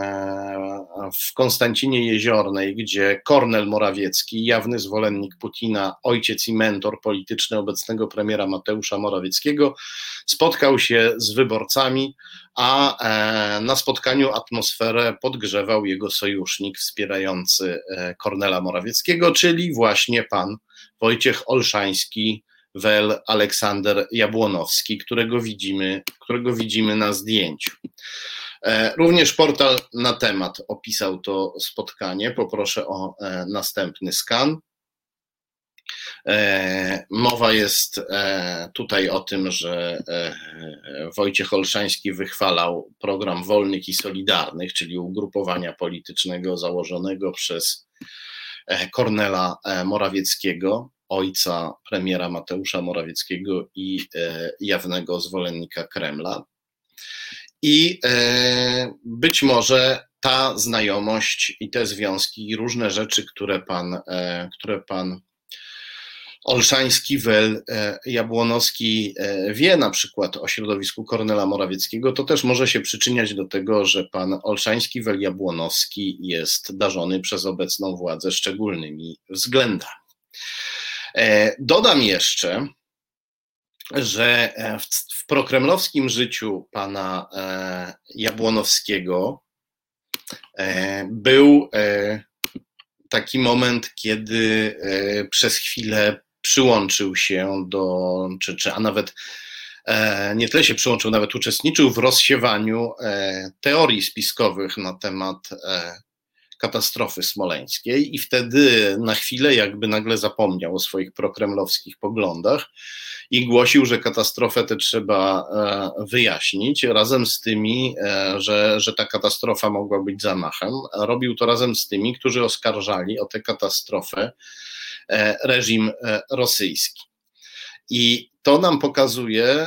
w Konstancinie Jeziornej, gdzie Kornel Morawiecki, jawny zwolennik Putina, ojciec i mentor polityczny obecnego premiera Mateusza Morawieckiego, spotkał się z wyborcami, a na spotkaniu atmosferę podgrzewał jego sojusznik wspierający Kornela Morawieckiego, czyli właśnie pan Wojciech Olszański, Wel Aleksander Jabłonowski, którego widzimy, którego widzimy na zdjęciu. Również portal Na Temat opisał to spotkanie. Poproszę o następny skan. Mowa jest tutaj o tym, że Wojciech Olszański wychwalał program Wolnych i Solidarnych, czyli ugrupowania politycznego założonego przez Kornela Morawieckiego, ojca premiera Mateusza Morawieckiego i jawnego zwolennika Kremla. I być może ta znajomość i te związki i różne rzeczy, które pan, które pan Olszański, Wel, Jabłonowski wie na przykład o środowisku Kornela Morawieckiego, to też może się przyczyniać do tego, że pan Olszański, Wel, Jabłonowski jest darzony przez obecną władzę szczególnymi względami. Dodam jeszcze, że w, w prokremlowskim życiu pana Jabłonowskiego był taki moment, kiedy przez chwilę przyłączył się do, czy, czy a nawet nie tyle się przyłączył, nawet uczestniczył w rozsiewaniu teorii spiskowych na temat katastrofy smoleńskiej i wtedy na chwilę jakby nagle zapomniał o swoich prokremlowskich poglądach i głosił, że katastrofę tę trzeba wyjaśnić razem z tymi, że, że ta katastrofa mogła być zamachem. Robił to razem z tymi, którzy oskarżali o tę katastrofę reżim rosyjski. I to nam pokazuje,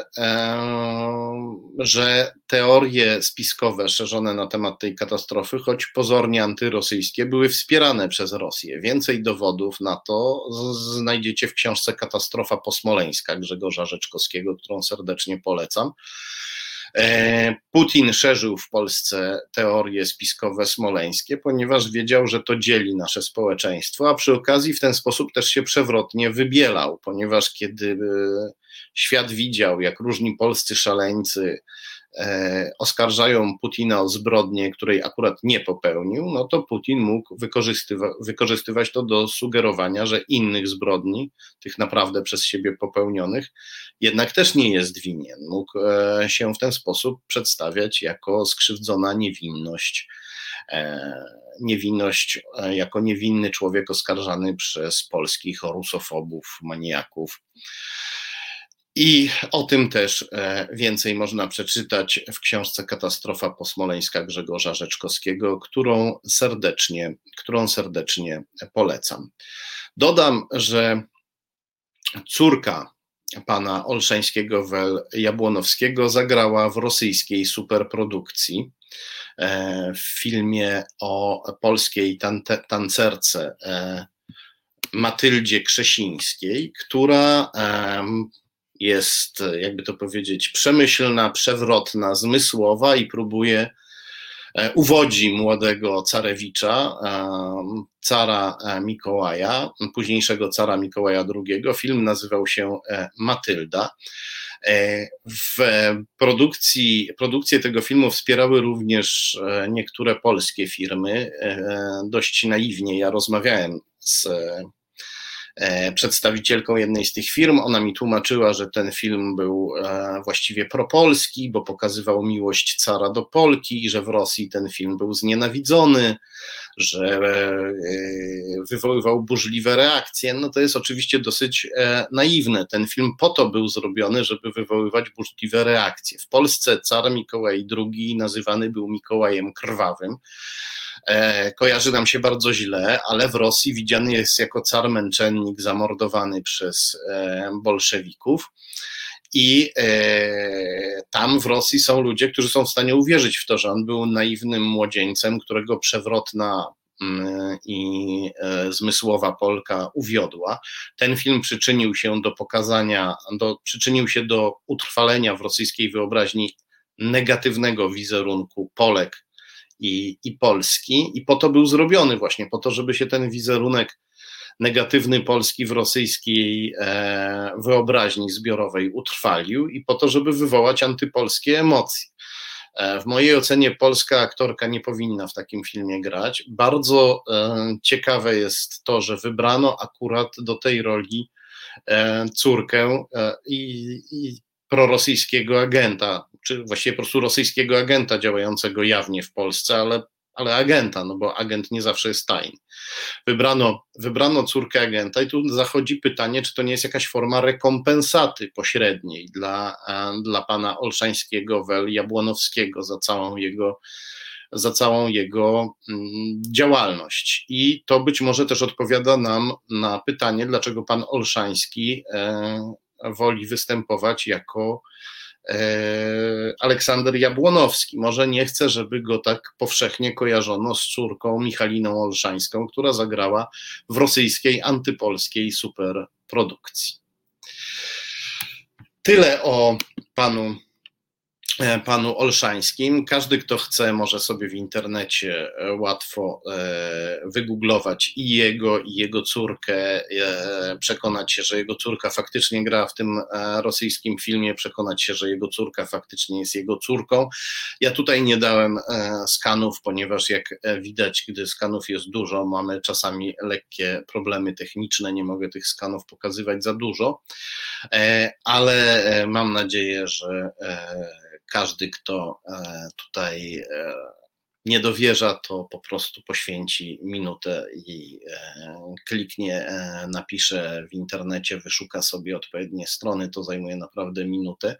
że teorie spiskowe szerzone na temat tej katastrofy, choć pozornie antyrosyjskie, były wspierane przez Rosję. Więcej dowodów na to znajdziecie w książce Katastrofa posmoleńska Grzegorza Rzeczkowskiego, którą serdecznie polecam. Putin szerzył w Polsce teorie spiskowe smoleńskie, ponieważ wiedział, że to dzieli nasze społeczeństwo, a przy okazji w ten sposób też się przewrotnie wybielał, ponieważ kiedy świat widział, jak różni polscy szaleńcy oskarżają Putina o zbrodnię, której akurat nie popełnił, no to Putin mógł wykorzystywa- wykorzystywać to do sugerowania, że innych zbrodni, tych naprawdę przez siebie popełnionych, jednak też nie jest winien. Mógł się w ten sposób przedstawiać jako skrzywdzona niewinność niewinność, jako niewinny człowiek oskarżany przez polskich rusofobów, maniaków. I o tym też więcej można przeczytać w książce Katastrofa posmoleńska Grzegorza Rzeczkowskiego, którą serdecznie, którą serdecznie polecam. Dodam, że córka pana Olszańskiego-Jabłonowskiego zagrała w rosyjskiej superprodukcji w filmie o polskiej tancerce Matyldzie Krzesińskiej, która jest, jakby to powiedzieć, przemyślna, przewrotna, zmysłowa i próbuje, uwodzi młodego carewicza, cara Mikołaja, późniejszego cara Mikołaja drugiego. Film nazywał się Matylda. W produkcji, produkcję tego filmu wspierały również niektóre polskie firmy. Dość naiwnie ja rozmawiałem z przedstawicielką jednej z tych firm. Ona mi tłumaczyła, że ten film był właściwie propolski, bo pokazywał miłość cara do Polki i że w Rosji ten film był znienawidzony, że wywoływał burzliwe reakcje. No to jest oczywiście dosyć naiwne. Ten film po to był zrobiony, żeby wywoływać burzliwe reakcje. W Polsce car Mikołaj drugi nazywany był Mikołajem Krwawym. Kojarzy nam się bardzo źle, ale w Rosji widziany jest jako car męczennik zamordowany przez bolszewików. I tam w Rosji są ludzie, którzy są w stanie uwierzyć w to, że on był naiwnym młodzieńcem, którego przewrotna i zmysłowa Polka uwiodła. Ten film przyczynił się do pokazania, do, przyczynił się do utrwalenia w rosyjskiej wyobraźni negatywnego wizerunku Polek i, i Polski i po to był zrobiony właśnie, po to, żeby się ten wizerunek negatywny Polski w rosyjskiej e, wyobraźni zbiorowej utrwalił i po to, żeby wywołać antypolskie emocje. E, w mojej ocenie polska aktorka nie powinna w takim filmie grać. Bardzo e, ciekawe jest to, że wybrano akurat do tej roli e, córkę e, i, i prorosyjskiego agenta, czy właściwie po prostu rosyjskiego agenta działającego jawnie w Polsce, ale ale agenta, no bo agent nie zawsze jest tajny. Wybrano, wybrano córkę agenta i tu zachodzi pytanie, czy to nie jest jakaś forma rekompensaty pośredniej dla, dla pana Olszańskiego-Jabłonowskiego za całą jego, za całą jego działalność. I to być może też odpowiada nam na pytanie, dlaczego pan Olszański woli występować jako Aleksander Jabłonowski. Może nie chce, żeby go tak powszechnie kojarzono z córką Michaliną Olszańską, która zagrała w rosyjskiej, antypolskiej superprodukcji. Tyle o panu, panu Olszańskim. Każdy, kto chce, może sobie w internecie łatwo wygooglować i jego, i jego córkę, przekonać się, że jego córka faktycznie gra w tym rosyjskim filmie, przekonać się, że jego córka faktycznie jest jego córką. Ja tutaj nie dałem skanów, ponieważ jak widać, gdy skanów jest dużo, mamy czasami lekkie problemy techniczne, nie mogę tych skanów pokazywać za dużo, ale mam nadzieję, że każdy, kto tutaj nie dowierza, to po prostu poświęci minutę i kliknie, napisze w internecie, wyszuka sobie odpowiednie strony, to zajmuje naprawdę minutę.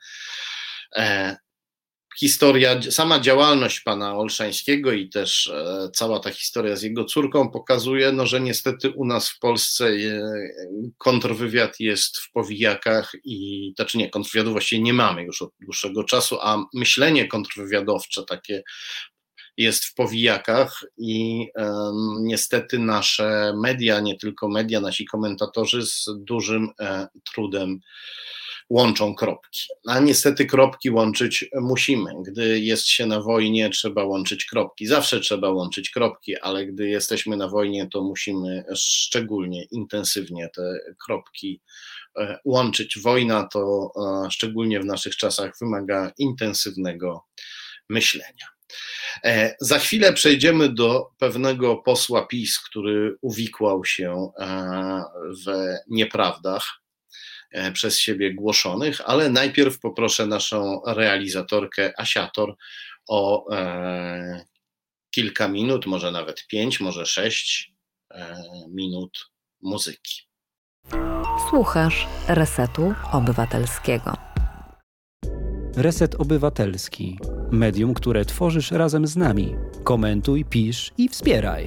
Historia, sama działalność pana Olszańskiego i też cała ta historia z jego córką pokazuje, no, że niestety u nas w Polsce kontrwywiad jest w powijakach i, znaczy nie, kontrwywiadu właściwie nie mamy już od dłuższego czasu, a myślenie kontrwywiadowcze takie jest w powijakach i um, niestety nasze media, nie tylko media, nasi komentatorzy z dużym e, trudem łączą kropki. A niestety kropki łączyć musimy. Gdy jest się na wojnie, trzeba łączyć kropki. Zawsze trzeba łączyć kropki, ale gdy jesteśmy na wojnie, to musimy szczególnie intensywnie te kropki łączyć. Wojna to szczególnie w naszych czasach wymaga intensywnego myślenia. Za chwilę przejdziemy do pewnego posła PiS, który uwikłał się w nieprawdach przez siebie głoszonych, ale najpierw poproszę naszą realizatorkę Asiator o kilka minut, może nawet pięć, może sześć minut muzyki. Słuchasz Resetu Obywatelskiego. Reset Obywatelski. Medium, które tworzysz razem z nami. Komentuj, pisz i wspieraj.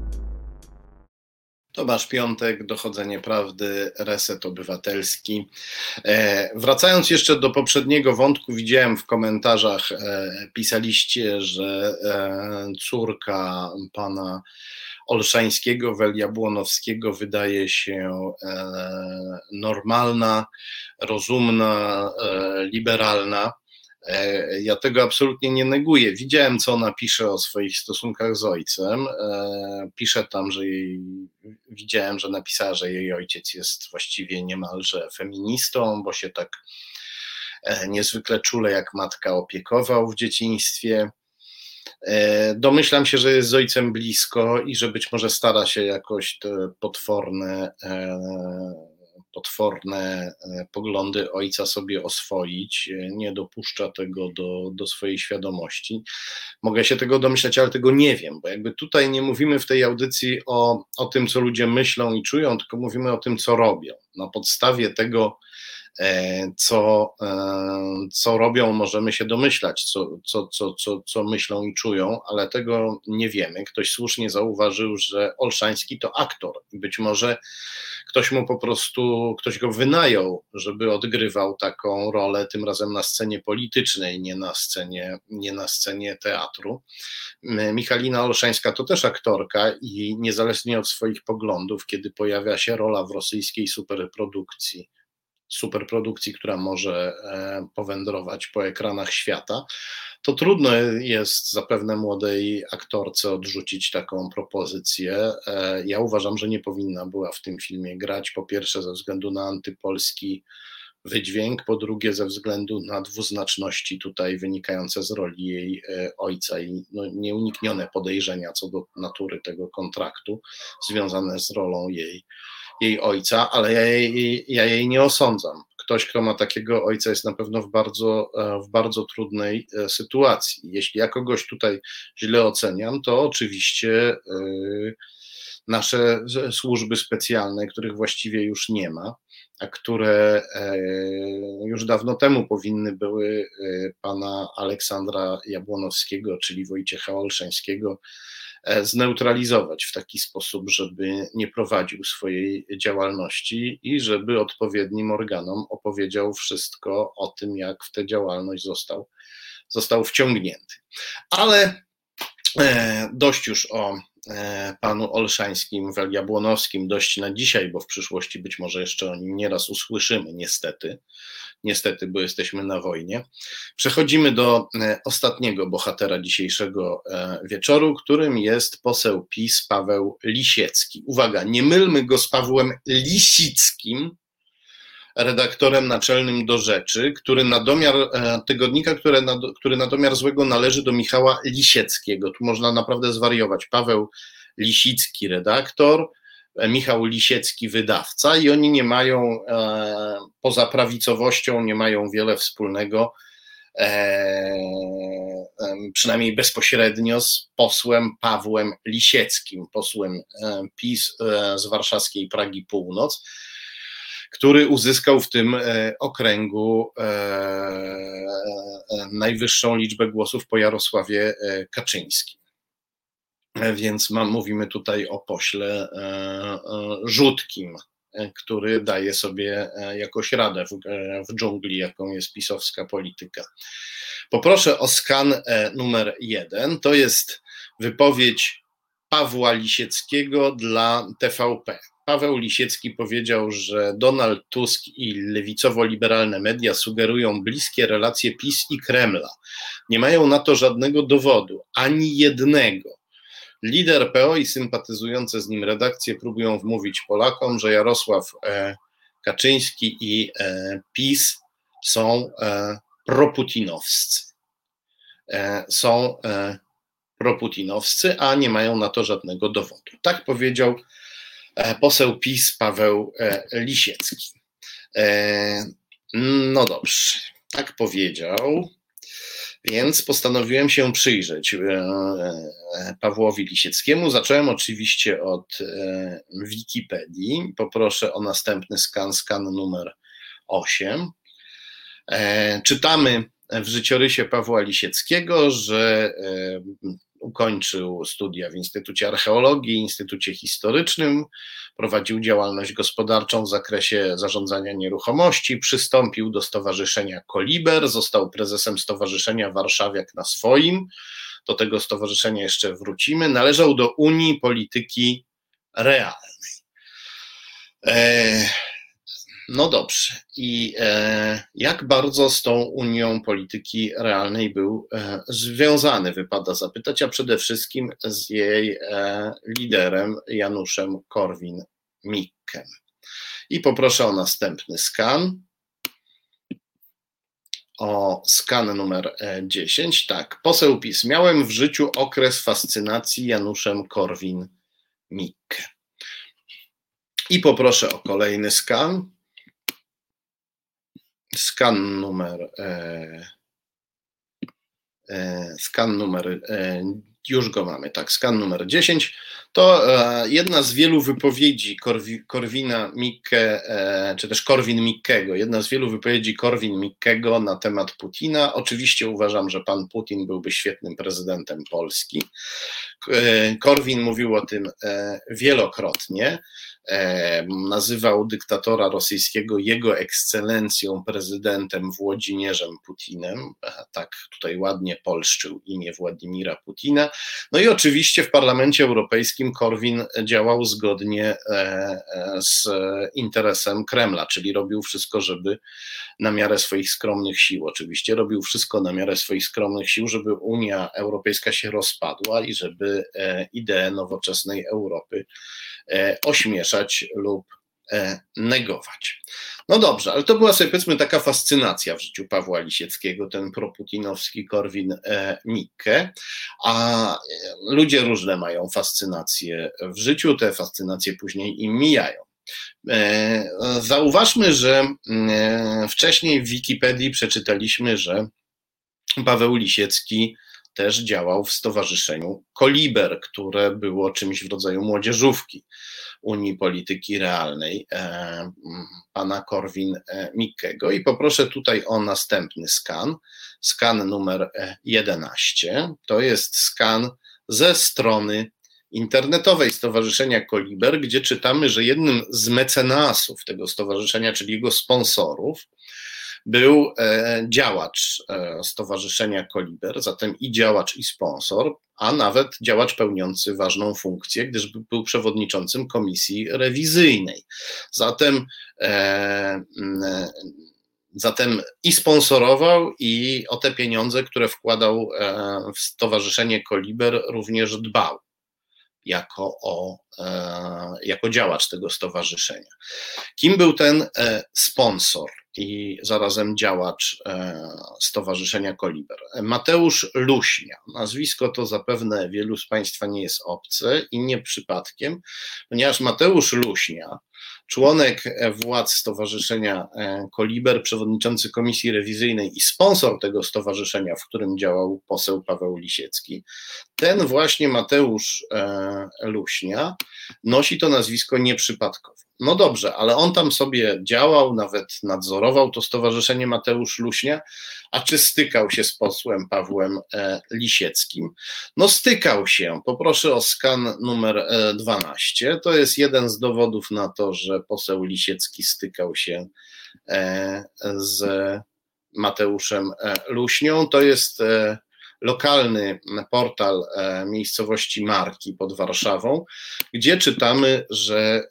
Tomasz Piątek, Dochodzenie Prawdy, Reset Obywatelski. E, wracając jeszcze do poprzedniego wątku, widziałem w komentarzach, e, pisaliście, że e, córka pana Olszańskiego, Jabłonowskiego wydaje się e, normalna, rozumna, e, liberalna. Ja tego absolutnie nie neguję. Widziałem, co ona pisze o swoich stosunkach z ojcem. Pisze tam, że jej, widziałem, że napisała, że jej ojciec jest właściwie niemalże feministą, bo się tak niezwykle czule jak matka opiekował w dzieciństwie. Domyślam się, że jest z ojcem blisko i że być może stara się jakoś te potworne potworne poglądy ojca sobie oswoić, nie dopuszcza tego do, do swojej świadomości. Mogę się tego domyślać, ale tego nie wiem, bo jakby tutaj nie mówimy w tej audycji o, o tym, co ludzie myślą i czują, tylko mówimy o tym, co robią. Na podstawie tego, co, co robią, możemy się domyślać, co, co, co, co, co myślą i czują, ale tego nie wiemy. Ktoś słusznie zauważył, że Olszański to aktor i być może ktoś mu po prostu, ktoś go wynajął, żeby odgrywał taką rolę, tym razem na scenie politycznej, nie na scenie, nie na scenie teatru. Michalina Olszańska to też aktorka i niezależnie od swoich poglądów, kiedy pojawia się rola w rosyjskiej superprodukcji, superprodukcji, która może powędrować po ekranach świata, to trudno jest zapewne młodej aktorce odrzucić taką propozycję. Ja uważam, że nie powinna była w tym filmie grać, po pierwsze ze względu na antypolski wydźwięk, po drugie ze względu na dwuznaczności tutaj wynikające z roli jej ojca i no, nieuniknione podejrzenia co do natury tego kontraktu związane z rolą jej jej ojca, ale ja jej, ja jej nie osądzam. Ktoś, kto ma takiego ojca, jest na pewno w bardzo, w bardzo trudnej sytuacji. Jeśli ja kogoś tutaj źle oceniam, to oczywiście nasze służby specjalne, których właściwie już nie ma, a które już dawno temu powinny były pana Aleksandra Jabłonowskiego, czyli Wojciecha Olszańskiego, zneutralizować w taki sposób, żeby nie prowadził swojej działalności i żeby odpowiednim organom opowiedział wszystko o tym, jak w tę działalność został, został wciągnięty. Ale dość już o panu Olszańskim, Jabłonowskim, dość na dzisiaj, bo w przyszłości być może jeszcze o nim nieraz usłyszymy, niestety. Niestety, bo jesteśmy na wojnie. Przechodzimy do ostatniego bohatera dzisiejszego wieczoru, którym jest poseł PiS Paweł Lisiecki. Uwaga, nie mylmy go z Pawłem Lisickim, redaktorem naczelnym do Rzeczy, który na domiar tygodnika, który na, który na domiar złego należy do Michała Lisieckiego. Tu można naprawdę zwariować. Paweł Lisicki, redaktor, Michał Lisiecki, wydawca, i oni nie mają, e, poza prawicowością, nie mają wiele wspólnego, e, e, przynajmniej bezpośrednio, z posłem Pawłem Lisieckim, posłem e, PiS e, z warszawskiej Pragi Północ, który uzyskał w tym e, okręgu e, e, najwyższą liczbę głosów po Jarosławie e, Kaczyńskim. Więc mam, mówimy tutaj o pośle e, e, Rzutkim, e, który daje sobie e, jakoś radę w, e, w dżungli, jaką jest pisowska polityka. Poproszę o skan e, numer jeden. To jest wypowiedź Pawła Lisieckiego dla T V P. Paweł Lisiecki powiedział, że Donald Tusk i lewicowo-liberalne media sugerują bliskie relacje PiS i Kremla. Nie mają na to żadnego dowodu, ani jednego. Lider P O i sympatyzujące z nim redakcje próbują wmówić Polakom, że Jarosław e, Kaczyński i e, PiS są e, proputinowscy. E, są e, proputinowscy, a nie mają na to żadnego dowodu. Tak powiedział e, poseł PiS Paweł e, Lisiecki. E, no dobrze, tak powiedział. Więc postanowiłem się przyjrzeć Pawłowi Lisieckiemu. Zacząłem oczywiście od Wikipedii. Poproszę o następny skan, skan numer osiem. Czytamy w życiorysie Pawła Lisieckiego, że ukończył studia w Instytucie Archeologii, Instytucie Historycznym, prowadził działalność gospodarczą w zakresie zarządzania nieruchomości, przystąpił do Stowarzyszenia Koliber, został prezesem Stowarzyszenia Warszawiak na swoim, do tego stowarzyszenia jeszcze wrócimy, należał do Unii Polityki Realnej. E No dobrze. I e, jak bardzo z tą Unią Polityki Realnej był e, związany, wypada zapytać, a przede wszystkim z jej e, liderem Januszem Korwin-Mikkem. I poproszę o następny skan. O skan numer dziesięć. Tak, poseł PiS. Miałem w życiu okres fascynacji Januszem Korwin-Mikke. I poproszę o kolejny skan. Skan numer, e, e, skan numer, e, już go mamy, tak, skan numer dziesięć, to e, jedna z wielu wypowiedzi Korwi, Korwina-Mikke, e, czy też Korwin-Mikkego, jedna z wielu wypowiedzi Korwin-Mikkego na temat Putina. Oczywiście uważam, że pan Putin byłby świetnym prezydentem Polski. E, Korwin mówił o tym e, wielokrotnie. Nazywał dyktatora rosyjskiego jego ekscelencją prezydentem Włodzimierzem Putinem, tak tutaj ładnie polszczył imię Władimira Putina. No i oczywiście w Parlamencie Europejskim Korwin działał zgodnie z interesem Kremla, czyli robił wszystko, żeby na miarę swoich skromnych sił, oczywiście robił wszystko na miarę swoich skromnych sił, żeby Unia Europejska się rozpadła i żeby ideę nowoczesnej Europy ośmieszać lub negować. No dobrze, ale to była sobie powiedzmy taka fascynacja w życiu Pawła Lisieckiego, ten proputinowski Korwin-Mikke, a ludzie różne mają fascynacje w życiu, te fascynacje później im mijają. Zauważmy, że wcześniej w Wikipedii przeczytaliśmy, że Paweł Lisiecki też działał w Stowarzyszeniu Koliber, które było czymś w rodzaju młodzieżówki Unii Polityki Realnej pana Korwin-Mikkego. I poproszę tutaj o następny skan, skan numer jedenaście. To jest skan ze strony internetowej Stowarzyszenia Koliber, gdzie czytamy, że jednym z mecenasów tego stowarzyszenia, czyli jego sponsorów, był działacz Stowarzyszenia Koliber, zatem i działacz, i sponsor, a nawet działacz pełniący ważną funkcję, gdyż był przewodniczącym komisji rewizyjnej. Zatem, zatem i sponsorował, i o te pieniądze, które wkładał w Stowarzyszenie Koliber, również dbał jako, o, jako działacz tego stowarzyszenia. Kim był ten sponsor i zarazem działacz Stowarzyszenia Koliber? Mateusz Luśnia. Nazwisko to zapewne wielu z Państwa nie jest obce i nie przypadkiem, ponieważ Mateusz Luśnia, członek władz Stowarzyszenia Koliber, przewodniczący komisji rewizyjnej i sponsor tego stowarzyszenia, w którym działał poseł Paweł Lisiecki, ten właśnie Mateusz Luśnia nosi to nazwisko nieprzypadkowo. No dobrze, ale on tam sobie działał, nawet nadzorował to stowarzyszenie Mateusz Luśnia, a czy stykał się z posłem Pawłem Lisieckim? No stykał się. Poproszę o skan numer dwanaście. To jest jeden z dowodów na to, że poseł Lisiecki stykał się z Mateuszem Luśnią. To jest lokalny portal miejscowości Marki pod Warszawą, gdzie czytamy, że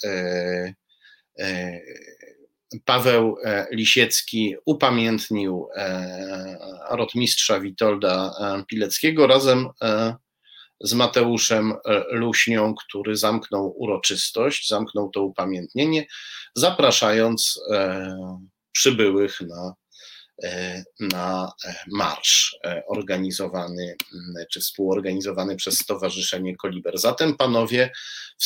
Paweł Lisiecki upamiętnił rotmistrza Witolda Pileckiego razem z Mateuszem Luśnią, który zamknął uroczystość, zamknął to upamiętnienie, zapraszając przybyłych na na marsz organizowany czy współorganizowany przez Stowarzyszenie Koliber. Zatem panowie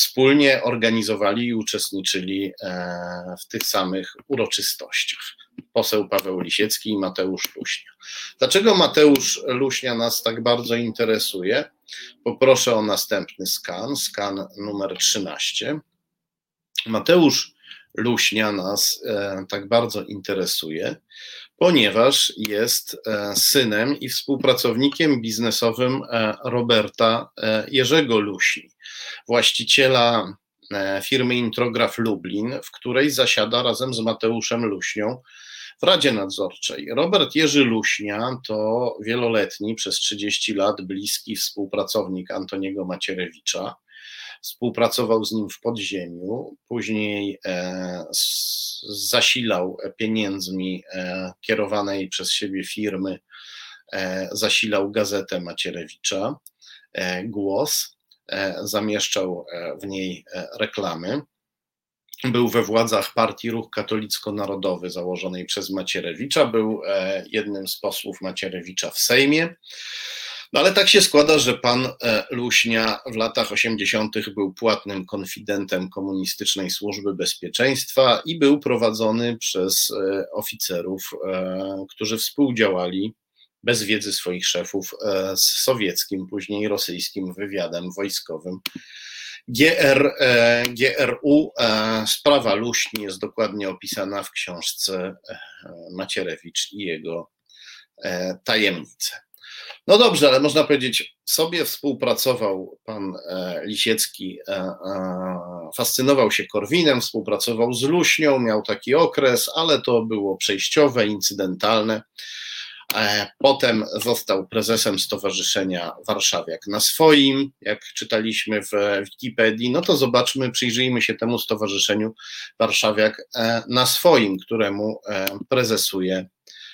wspólnie organizowali i uczestniczyli w tych samych uroczystościach. poseł Paweł Lisiecki i Mateusz Luśnia. Dlaczego Mateusz Luśnia nas tak bardzo interesuje? Poproszę o następny skan, skan numer trzynaście. Mateusz Luśnia nas e, tak bardzo interesuje, ponieważ jest e, synem i współpracownikiem biznesowym e, Roberta e, Jerzego Luśni, właściciela e, firmy Intrograf Lublin, w której zasiada razem z Mateuszem Luśnią w Radzie Nadzorczej. Robert Jerzy Luśnia to wieloletni, przez trzydzieści lat bliski współpracownik Antoniego Macierewicza. Współpracował z nim w podziemiu, później e, s, zasilał pieniędzmi e, kierowanej przez siebie firmy, e, zasilał gazetę Macierewicza, e, Głos, e, zamieszczał w niej reklamy. Był we władzach partii Ruch Katolicko-Narodowy założonej przez Macierewicza, był e, jednym z posłów Macierewicza w Sejmie. No ale tak się składa, że pan Luśnia w latach osiemdziesiątych był płatnym konfidentem komunistycznej służby bezpieczeństwa i był prowadzony przez oficerów, którzy współdziałali bez wiedzy swoich szefów z sowieckim, później rosyjskim wywiadem wojskowym G R, G R U. Sprawa Luśni jest dokładnie opisana w książce Macierewicz i jego tajemnice. No dobrze, ale można powiedzieć, sobie współpracował pan Lisiecki, fascynował się Korwinem, współpracował z Luśnią, miał taki okres, ale to było przejściowe, incydentalne. Potem został prezesem Stowarzyszenia Warszawiak na swoim, jak czytaliśmy w Wikipedii. No to zobaczmy, przyjrzyjmy się temu Stowarzyszeniu Warszawiak na swoim, któremu prezesuje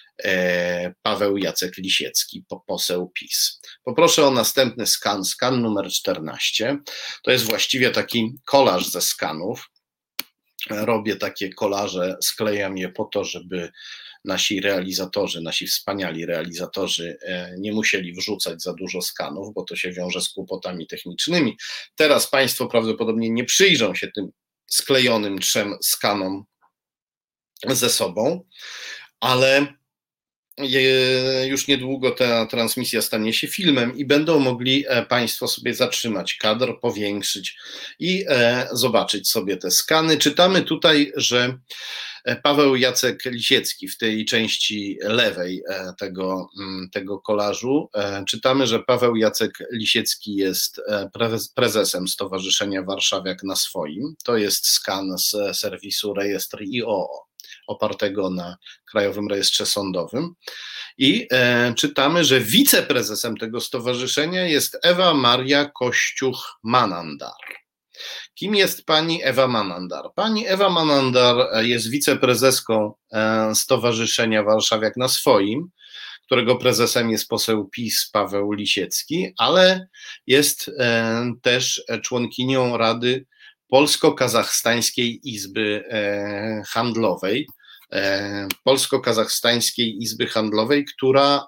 Paweł Jacek Lisiecki, poseł PiS. Poproszę o następny skan, skan numer czternaście. To jest właściwie taki kolaż ze skanów. Robię takie kolaże, sklejam je po to, żeby nasi realizatorzy, nasi wspaniali realizatorzy nie musieli wrzucać za dużo skanów, bo to się wiąże z kłopotami technicznymi. Teraz Państwo prawdopodobnie nie przyjrzą się tym sklejonym trzem skanom ze sobą, ale już niedługo ta transmisja stanie się filmem i będą mogli Państwo sobie zatrzymać kadr, powiększyć i zobaczyć sobie te skany. Czytamy tutaj, że Paweł Jacek Lisiecki w tej części lewej tego, tego kolażu, czytamy, że Paweł Jacek Lisiecki jest prezesem Stowarzyszenia Warszawiak na swoim. To jest skan z serwisu Rejestr kropka i o, opartego na Krajowym Rejestrze Sądowym. I e, czytamy, że wiceprezesem tego stowarzyszenia jest Ewa Maria Kościuch-Manandar. Kim jest pani Ewa Manandar? Pani Ewa Manandar jest wiceprezeską e, Stowarzyszenia Warszawiak na swoim, którego prezesem jest poseł PiS Paweł Lisiecki, ale jest e, też członkinią Rady Polsko-Kazachstańskiej Izby Handlowej, Polsko-Kazachstańskiej Izby Handlowej, która,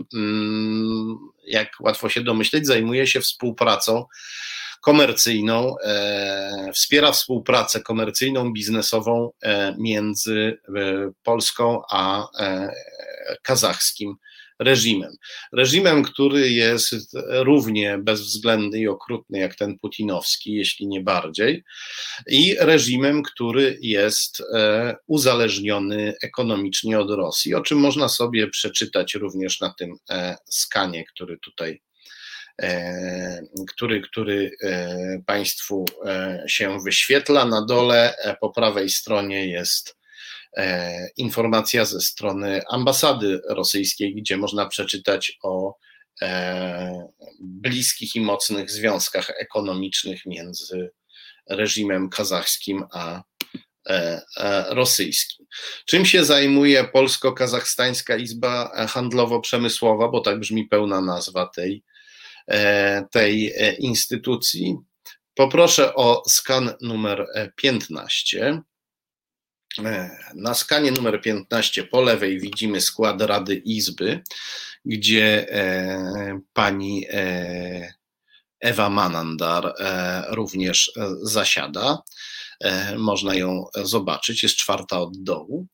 jak łatwo się domyśleć, zajmuje się współpracą komercyjną, wspiera współpracę komercyjną, biznesową między Polską a kazachskim reżimem. Reżimem, który jest równie bezwzględny i okrutny jak ten putinowski, jeśli nie bardziej, i reżimem, który jest uzależniony ekonomicznie od Rosji, o czym można sobie przeczytać również na tym skanie, który tutaj który, który Państwu się wyświetla. Na dole po prawej stronie jest informacja ze strony ambasady rosyjskiej, gdzie można przeczytać o bliskich i mocnych związkach ekonomicznych między reżimem kazachskim a rosyjskim. Czym się zajmuje Polsko-Kazachstańska Izba Handlowo-Przemysłowa, bo tak brzmi pełna nazwa tej, tej instytucji? Poproszę o skan numer piętnaście. Na skanie numer piętnaście po lewej widzimy skład Rady Izby, gdzie pani Ewa Manandar również zasiada. Można ją zobaczyć, jest czwarta od dołu.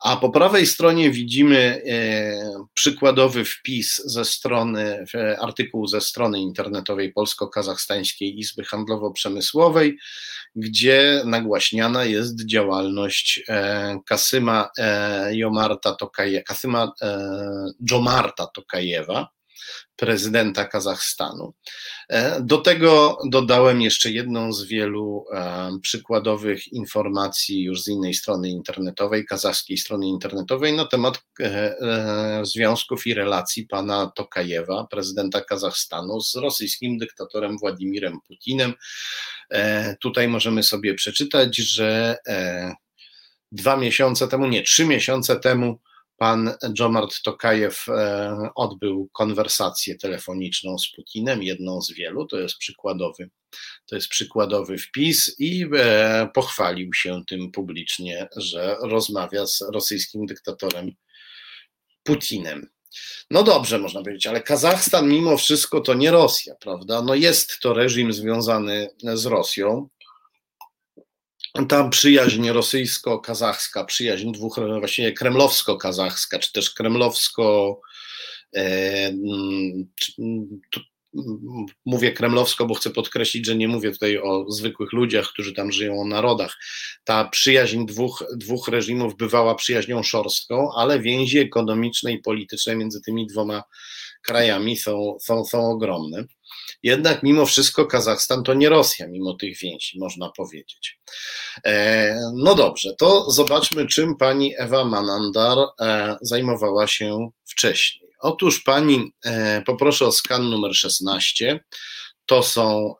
A po prawej stronie widzimy przykładowy wpis ze strony, artykuł ze strony internetowej Polsko-Kazachstańskiej Izby Handlowo-Przemysłowej, gdzie nagłaśniana jest działalność Kasyma Jomarta Tokajewa, Kasyma Dżomarta Tokajewa, prezydenta Kazachstanu. Do tego dodałem jeszcze jedną z wielu przykładowych informacji już z innej strony internetowej, kazachskiej strony internetowej na temat związków i relacji pana Tokajewa, prezydenta Kazachstanu, z rosyjskim dyktatorem Władimirem Putinem. Tutaj możemy sobie przeczytać, że dwa miesiące temu, nie, trzy miesiące temu pan Dżomart Tokajew odbył konwersację telefoniczną z Putinem, jedną z wielu, to jest przykładowy, to jest przykładowy wpis i pochwalił się tym publicznie, że rozmawia z rosyjskim dyktatorem Putinem. No dobrze, można powiedzieć, ale Kazachstan mimo wszystko to nie Rosja, prawda? No jest to reżim związany z Rosją. Tam przyjaźń rosyjsko-kazachska, przyjaźń dwóch, właściwie kremlowsko-kazachska, czy też kremlowsko, e, czy, tu, mówię kremlowsko, bo chcę podkreślić, że nie mówię tutaj o zwykłych ludziach, którzy tam żyją, o narodach. Ta przyjaźń dwóch, dwóch reżimów bywała przyjaźnią szorstką, ale więzi ekonomiczne i polityczne między tymi dwoma krajami są, są, są ogromne. Jednak mimo wszystko Kazachstan to nie Rosja, mimo tych więzi, można powiedzieć. No dobrze, to zobaczmy, czym pani Ewa Manandar zajmowała się wcześniej. Otóż pani, poproszę o skan numer szesnaście, to są,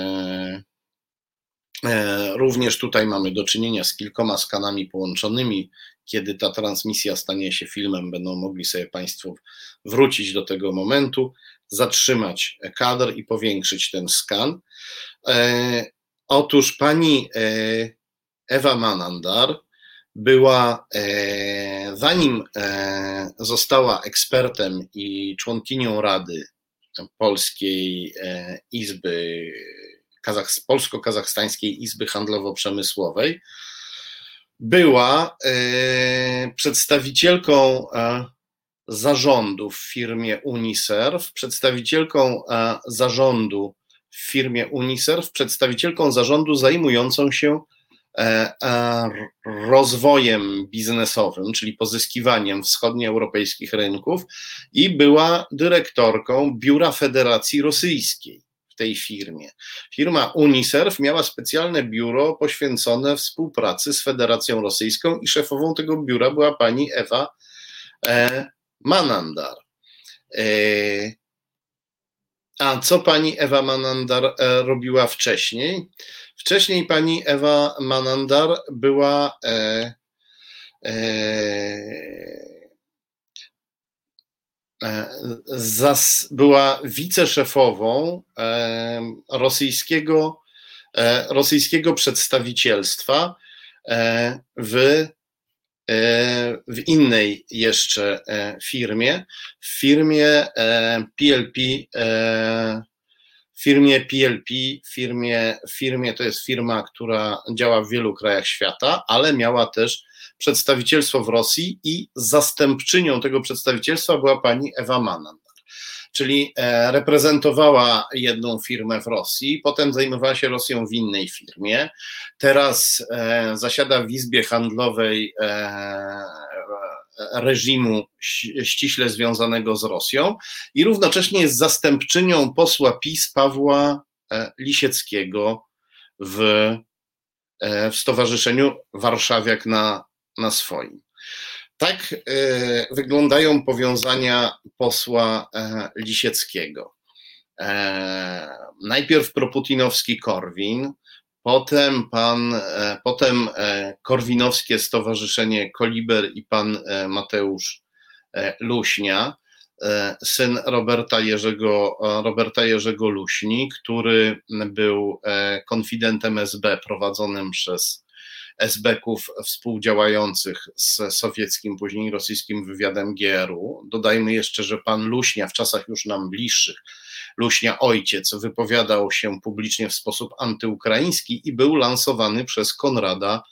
również tutaj mamy do czynienia z kilkoma skanami połączonymi. Kiedy ta transmisja stanie się filmem, będą mogli sobie państwo wrócić do tego momentu, zatrzymać kadr i powiększyć ten skan. E, otóż pani e, Ewa Manandar była, e, zanim e, została ekspertem i członkinią Rady Polskiej e, Izby, Kazach, Polsko-Kazachstańskiej Izby Handlowo-Przemysłowej, była e, przedstawicielką e, zarządu w firmie Uniserv, przedstawicielką e, zarządu w firmie Uniserv, przedstawicielką zarządu zajmującą się e, e, rozwojem biznesowym, czyli pozyskiwaniem wschodnioeuropejskich rynków, i była dyrektorką Biura Federacji Rosyjskiej w tej firmie. Firma Uniserv miała specjalne biuro poświęcone współpracy z Federacją Rosyjską i szefową tego biura była pani Ewa e, Manandar. E, a co pani Ewa Manandar e, robiła wcześniej? Wcześniej pani Ewa Manandar była e, e, Zas, była wiceszefową e, rosyjskiego, e, rosyjskiego przedstawicielstwa e, w, e, w innej jeszcze e, firmie, w firmie e, P L P, e, firmie P L P, firmie, firmie to jest firma, która działa w wielu krajach świata, ale miała też przedstawicielstwo w Rosji i zastępczynią tego przedstawicielstwa była pani Ewa Manandar, czyli reprezentowała jedną firmę w Rosji, potem zajmowała się Rosją w innej firmie, teraz zasiada w Izbie Handlowej reżimu ściśle związanego z Rosją i równocześnie jest zastępczynią posła PiS Pawła Lisieckiego w, w Stowarzyszeniu Warszawiak na na swoim. Tak y, wyglądają powiązania posła e, Lisieckiego. E, najpierw proputinowski Korwin, potem pan, e, potem e, korwinowskie Stowarzyszenie Koliber i pan e, Mateusz e, Luśnia, e, syn Roberta Jerzego, Roberta Jerzego Luśni, który był e, konfidentem S B prowadzonym przez esbeków współdziałających z sowieckim, później rosyjskim wywiadem G R U. Dodajmy jeszcze, że pan Luśnia w czasach już nam bliższych, Luśnia ojciec, wypowiadał się publicznie w sposób antyukraiński i był lansowany przez Konrada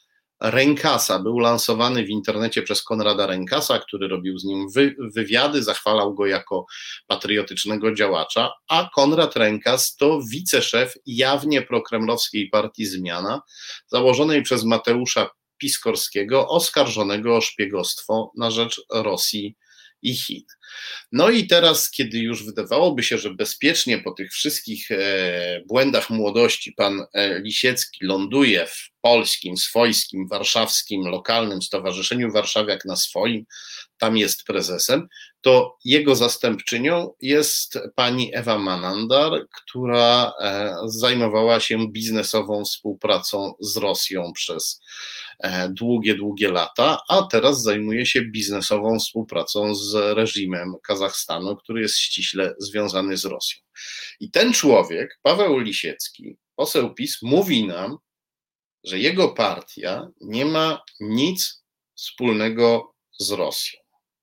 Rękasa. Był lansowany w internecie przez Konrada Rękasa, który robił z nim wy, wywiady, zachwalał go jako patriotycznego działacza, a Konrad Rękas to wiceszef jawnie prokremlowskiej partii Zmiana, założonej przez Mateusza Piskorskiego, oskarżonego o szpiegostwo na rzecz Rosji i Chin. No i teraz, kiedy już wydawałoby się, że bezpiecznie po tych wszystkich błędach młodości pan Lisiecki ląduje w polskim, swojskim, warszawskim, lokalnym Stowarzyszeniu Warszawiak na swoim, tam jest prezesem, to jego zastępczynią jest pani Ewa Manandar, która zajmowała się biznesową współpracą z Rosją przez długie, długie lata, a teraz zajmuje się biznesową współpracą z reżimem Kazachstanu, który jest ściśle związany z Rosją. I ten człowiek, Paweł Lisiecki, poseł PiS, mówi nam, że jego partia nie ma nic wspólnego z Rosją.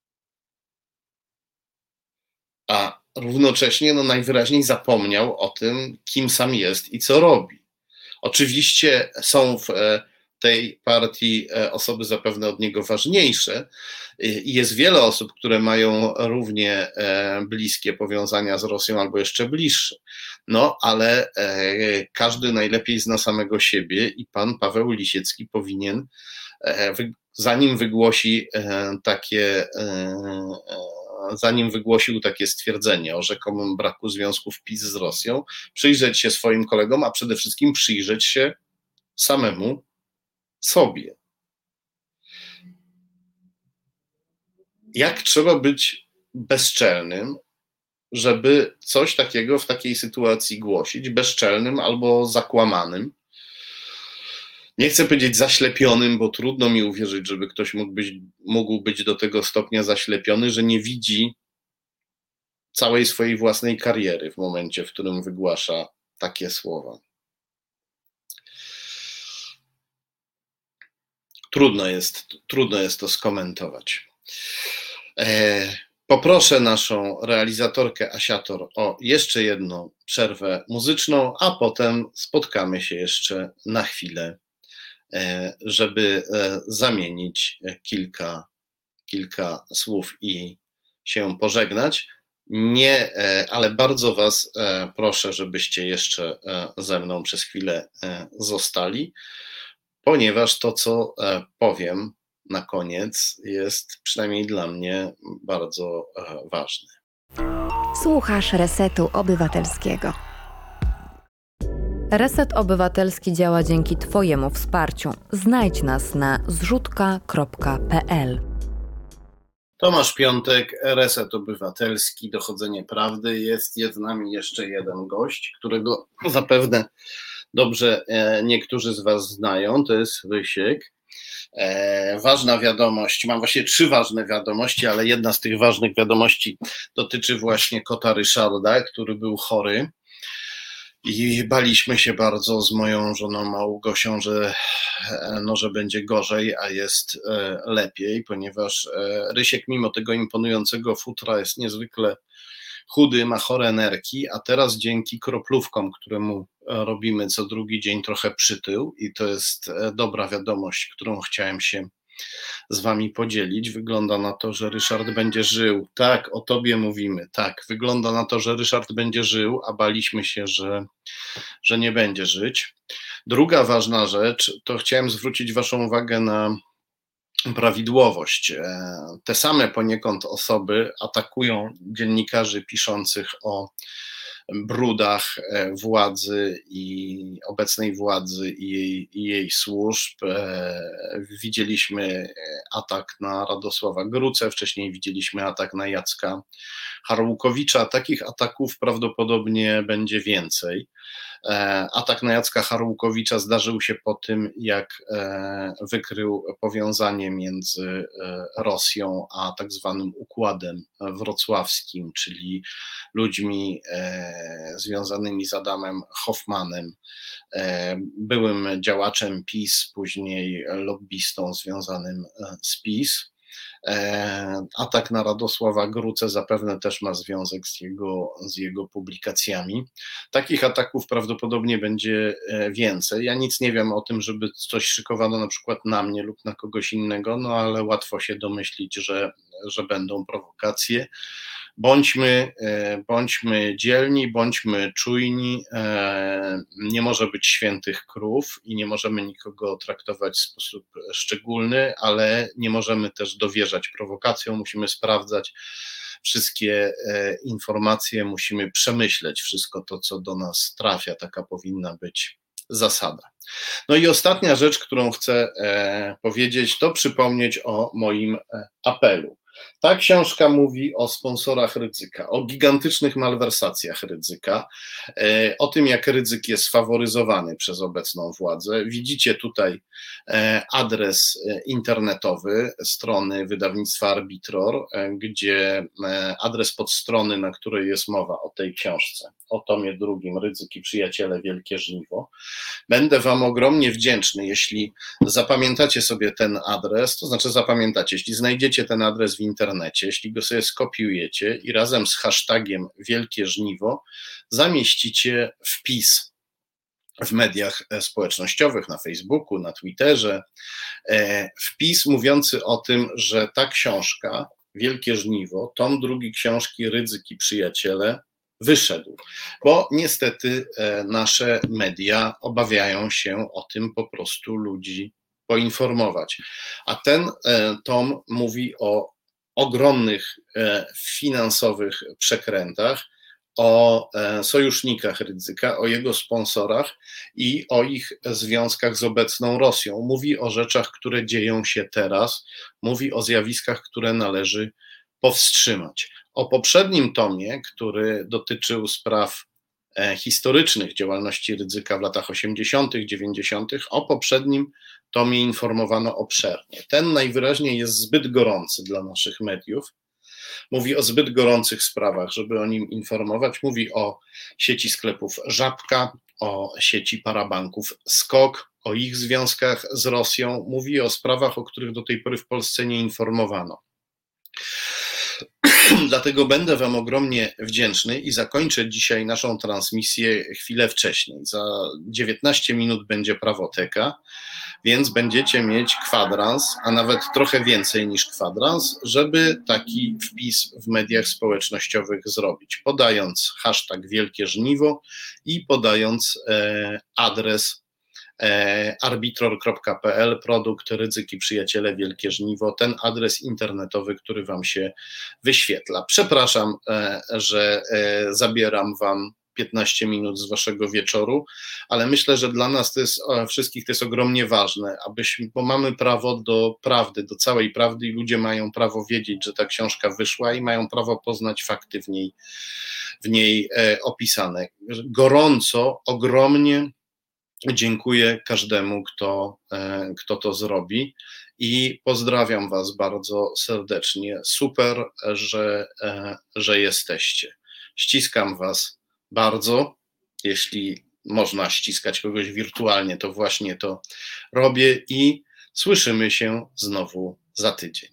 A równocześnie no, najwyraźniej zapomniał o tym, kim sam jest i co robi. Oczywiście są w tej partii osoby zapewne od niego ważniejsze i jest wiele osób, które mają równie bliskie powiązania z Rosją albo jeszcze bliższe. No, ale każdy najlepiej zna samego siebie i pan Paweł Lisiecki powinien, zanim wygłosi takie, zanim wygłosił takie stwierdzenie o rzekomym braku związków PiS z Rosją, przyjrzeć się swoim kolegom, a przede wszystkim przyjrzeć się samemu sobie. Jak trzeba być bezczelnym, żeby coś takiego w takiej sytuacji głosić, bezczelnym albo zakłamanym. Nie chcę powiedzieć zaślepionym, bo trudno mi uwierzyć, żeby ktoś mógł być, mógł być do tego stopnia zaślepiony, że nie widzi całej swojej własnej kariery w momencie, w którym wygłasza takie słowa. Trudno jest, trudno jest to skomentować. E, poproszę naszą realizatorkę Asiator o jeszcze jedną przerwę muzyczną, a potem spotkamy się jeszcze na chwilę, e, żeby e, zamienić kilka, kilka słów i się pożegnać. Nie, e, ale bardzo Was e, proszę, żebyście jeszcze e, ze mną przez chwilę e, zostali, ponieważ to, co powiem na koniec, jest przynajmniej dla mnie bardzo ważne. Słuchasz Resetu Obywatelskiego. Reset Obywatelski działa dzięki Twojemu wsparciu. Znajdź nas na zrzutka kropka pe el. Tomasz Piątek, Reset Obywatelski, Dochodzenie Prawdy. Jest, jest z nami jeszcze jeden gość, którego zapewne dobrze niektórzy z Was znają, to jest Rysiek. Ważna wiadomość, mam właśnie trzy ważne wiadomości, ale jedna z tych ważnych wiadomości dotyczy właśnie kota Ryszarda, który był chory i baliśmy się bardzo z moją żoną Małgosią, że, no, że będzie gorzej, a jest lepiej, ponieważ Rysiek mimo tego imponującego futra jest niezwykle chudy, ma chore nerki, a teraz dzięki kroplówkom, które mu robimy co drugi dzień, trochę przytył i to jest dobra wiadomość, którą chciałem się z Wami podzielić. Wygląda na to, że Ryszard będzie żył. Tak, o Tobie mówimy. Tak, wygląda na to, że Ryszard będzie żył, a baliśmy się, że, że nie będzie żyć. Druga ważna rzecz, to chciałem zwrócić Waszą uwagę na prawidłowość. Te same poniekąd osoby atakują dziennikarzy piszących o brudach władzy i obecnej władzy i jej, i jej służb. Widzieliśmy atak na Radosława Grucę, wcześniej widzieliśmy atak na Jacka Harłukowicza. Takich ataków prawdopodobnie będzie więcej. Atak na Jacka Harłukowicza zdarzył się po tym, jak wykrył powiązanie między Rosją a tak zwanym układem wrocławskim, czyli ludźmi związanymi z Adamem Hoffmanem, byłym działaczem PiS, później lobbystą związanym z PiS. Atak na Radosława Grucę zapewne też ma związek z jego, z jego publikacjami. Takich ataków prawdopodobnie będzie więcej. Ja nic nie wiem o tym, żeby coś szykowano na przykład na mnie lub na kogoś innego, no ale łatwo się domyślić, że, że będą prowokacje. Bądźmy, bądźmy dzielni, bądźmy czujni, nie może być świętych krów i nie możemy nikogo traktować w sposób szczególny, ale nie możemy też dowierzać prowokacjom, musimy sprawdzać wszystkie informacje, musimy przemyśleć wszystko to, co do nas trafia, taka powinna być zasada. No i ostatnia rzecz, którą chcę powiedzieć, to przypomnieć o moim apelu. Ta książka mówi o sponsorach Rydzyka, o gigantycznych malwersacjach Rydzyka, o tym, jak Rydzyk jest faworyzowany przez obecną władzę. Widzicie tutaj adres internetowy strony wydawnictwa Arbitror, gdzie adres podstrony, na której jest mowa o tej książce, o tomie drugim, Rydzyk i przyjaciele, Wielkie Żniwo. Będę wam ogromnie wdzięczny, jeśli zapamiętacie sobie ten adres, to znaczy zapamiętacie, jeśli znajdziecie ten adres w internecie, jeśli go sobie skopiujecie i razem z hashtagiem Wielkie Żniwo zamieścicie wpis w mediach społecznościowych, na Facebooku, na Twitterze, wpis mówiący o tym, że ta książka, Wielkie Żniwo, tom drugi książki Rydzyk i przyjaciele, wyszedł, bo niestety nasze media obawiają się o tym po prostu ludzi poinformować. A ten tom mówi o ogromnych finansowych przekrętach, o sojusznikach Rydzyka, o jego sponsorach i o ich związkach z obecną Rosją. Mówi o rzeczach, które dzieją się teraz, mówi o zjawiskach, które należy powstrzymać. O poprzednim tomie, który dotyczył spraw historycznych działalności Rydzyka w latach osiemdziesiątych, dziewięćdziesiątych, o poprzednim tomie informowano obszernie. Ten najwyraźniej jest zbyt gorący dla naszych mediów. Mówi o zbyt gorących sprawach, żeby o nim informować. Mówi o sieci sklepów Żabka, o sieci parabanków Skok, o ich związkach z Rosją. Mówi o sprawach, o których do tej pory w Polsce nie informowano. Dlatego będę wam ogromnie wdzięczny i zakończę dzisiaj naszą transmisję chwilę wcześniej. Za dziewiętnaście minut będzie prawoteka, więc będziecie mieć kwadrans, a nawet trochę więcej niż kwadrans, żeby taki wpis w mediach społecznościowych zrobić, podając hashtag Wielkie Żniwo i podając e, adres arbitror kropka p l, produkt Rydzyk i przyjaciele, Wielkie Żniwo, ten adres internetowy, który wam się wyświetla. Przepraszam, że zabieram wam piętnaście minut z waszego wieczoru, ale myślę, że dla nas to jest, wszystkich to jest ogromnie ważne, abyśmy, bo mamy prawo do prawdy, do całej prawdy i ludzie mają prawo wiedzieć, że ta książka wyszła i mają prawo poznać fakty w niej, w niej opisane. Gorąco, ogromnie dziękuję każdemu, kto, kto to zrobi i pozdrawiam was bardzo serdecznie. Super, że, że jesteście. Ściskam was bardzo. Jeśli można ściskać kogoś wirtualnie, to właśnie to robię i słyszymy się znowu za tydzień.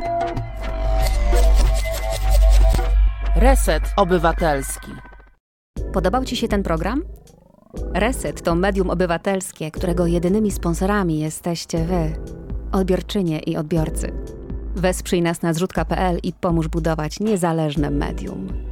Reset Obywatelski. Podobał ci się ten program? Reset to medium obywatelskie, którego jedynymi sponsorami jesteście wy, odbiorczynie i odbiorcy. Wesprzyj nas na zrzutka kropka p l i pomóż budować niezależne medium.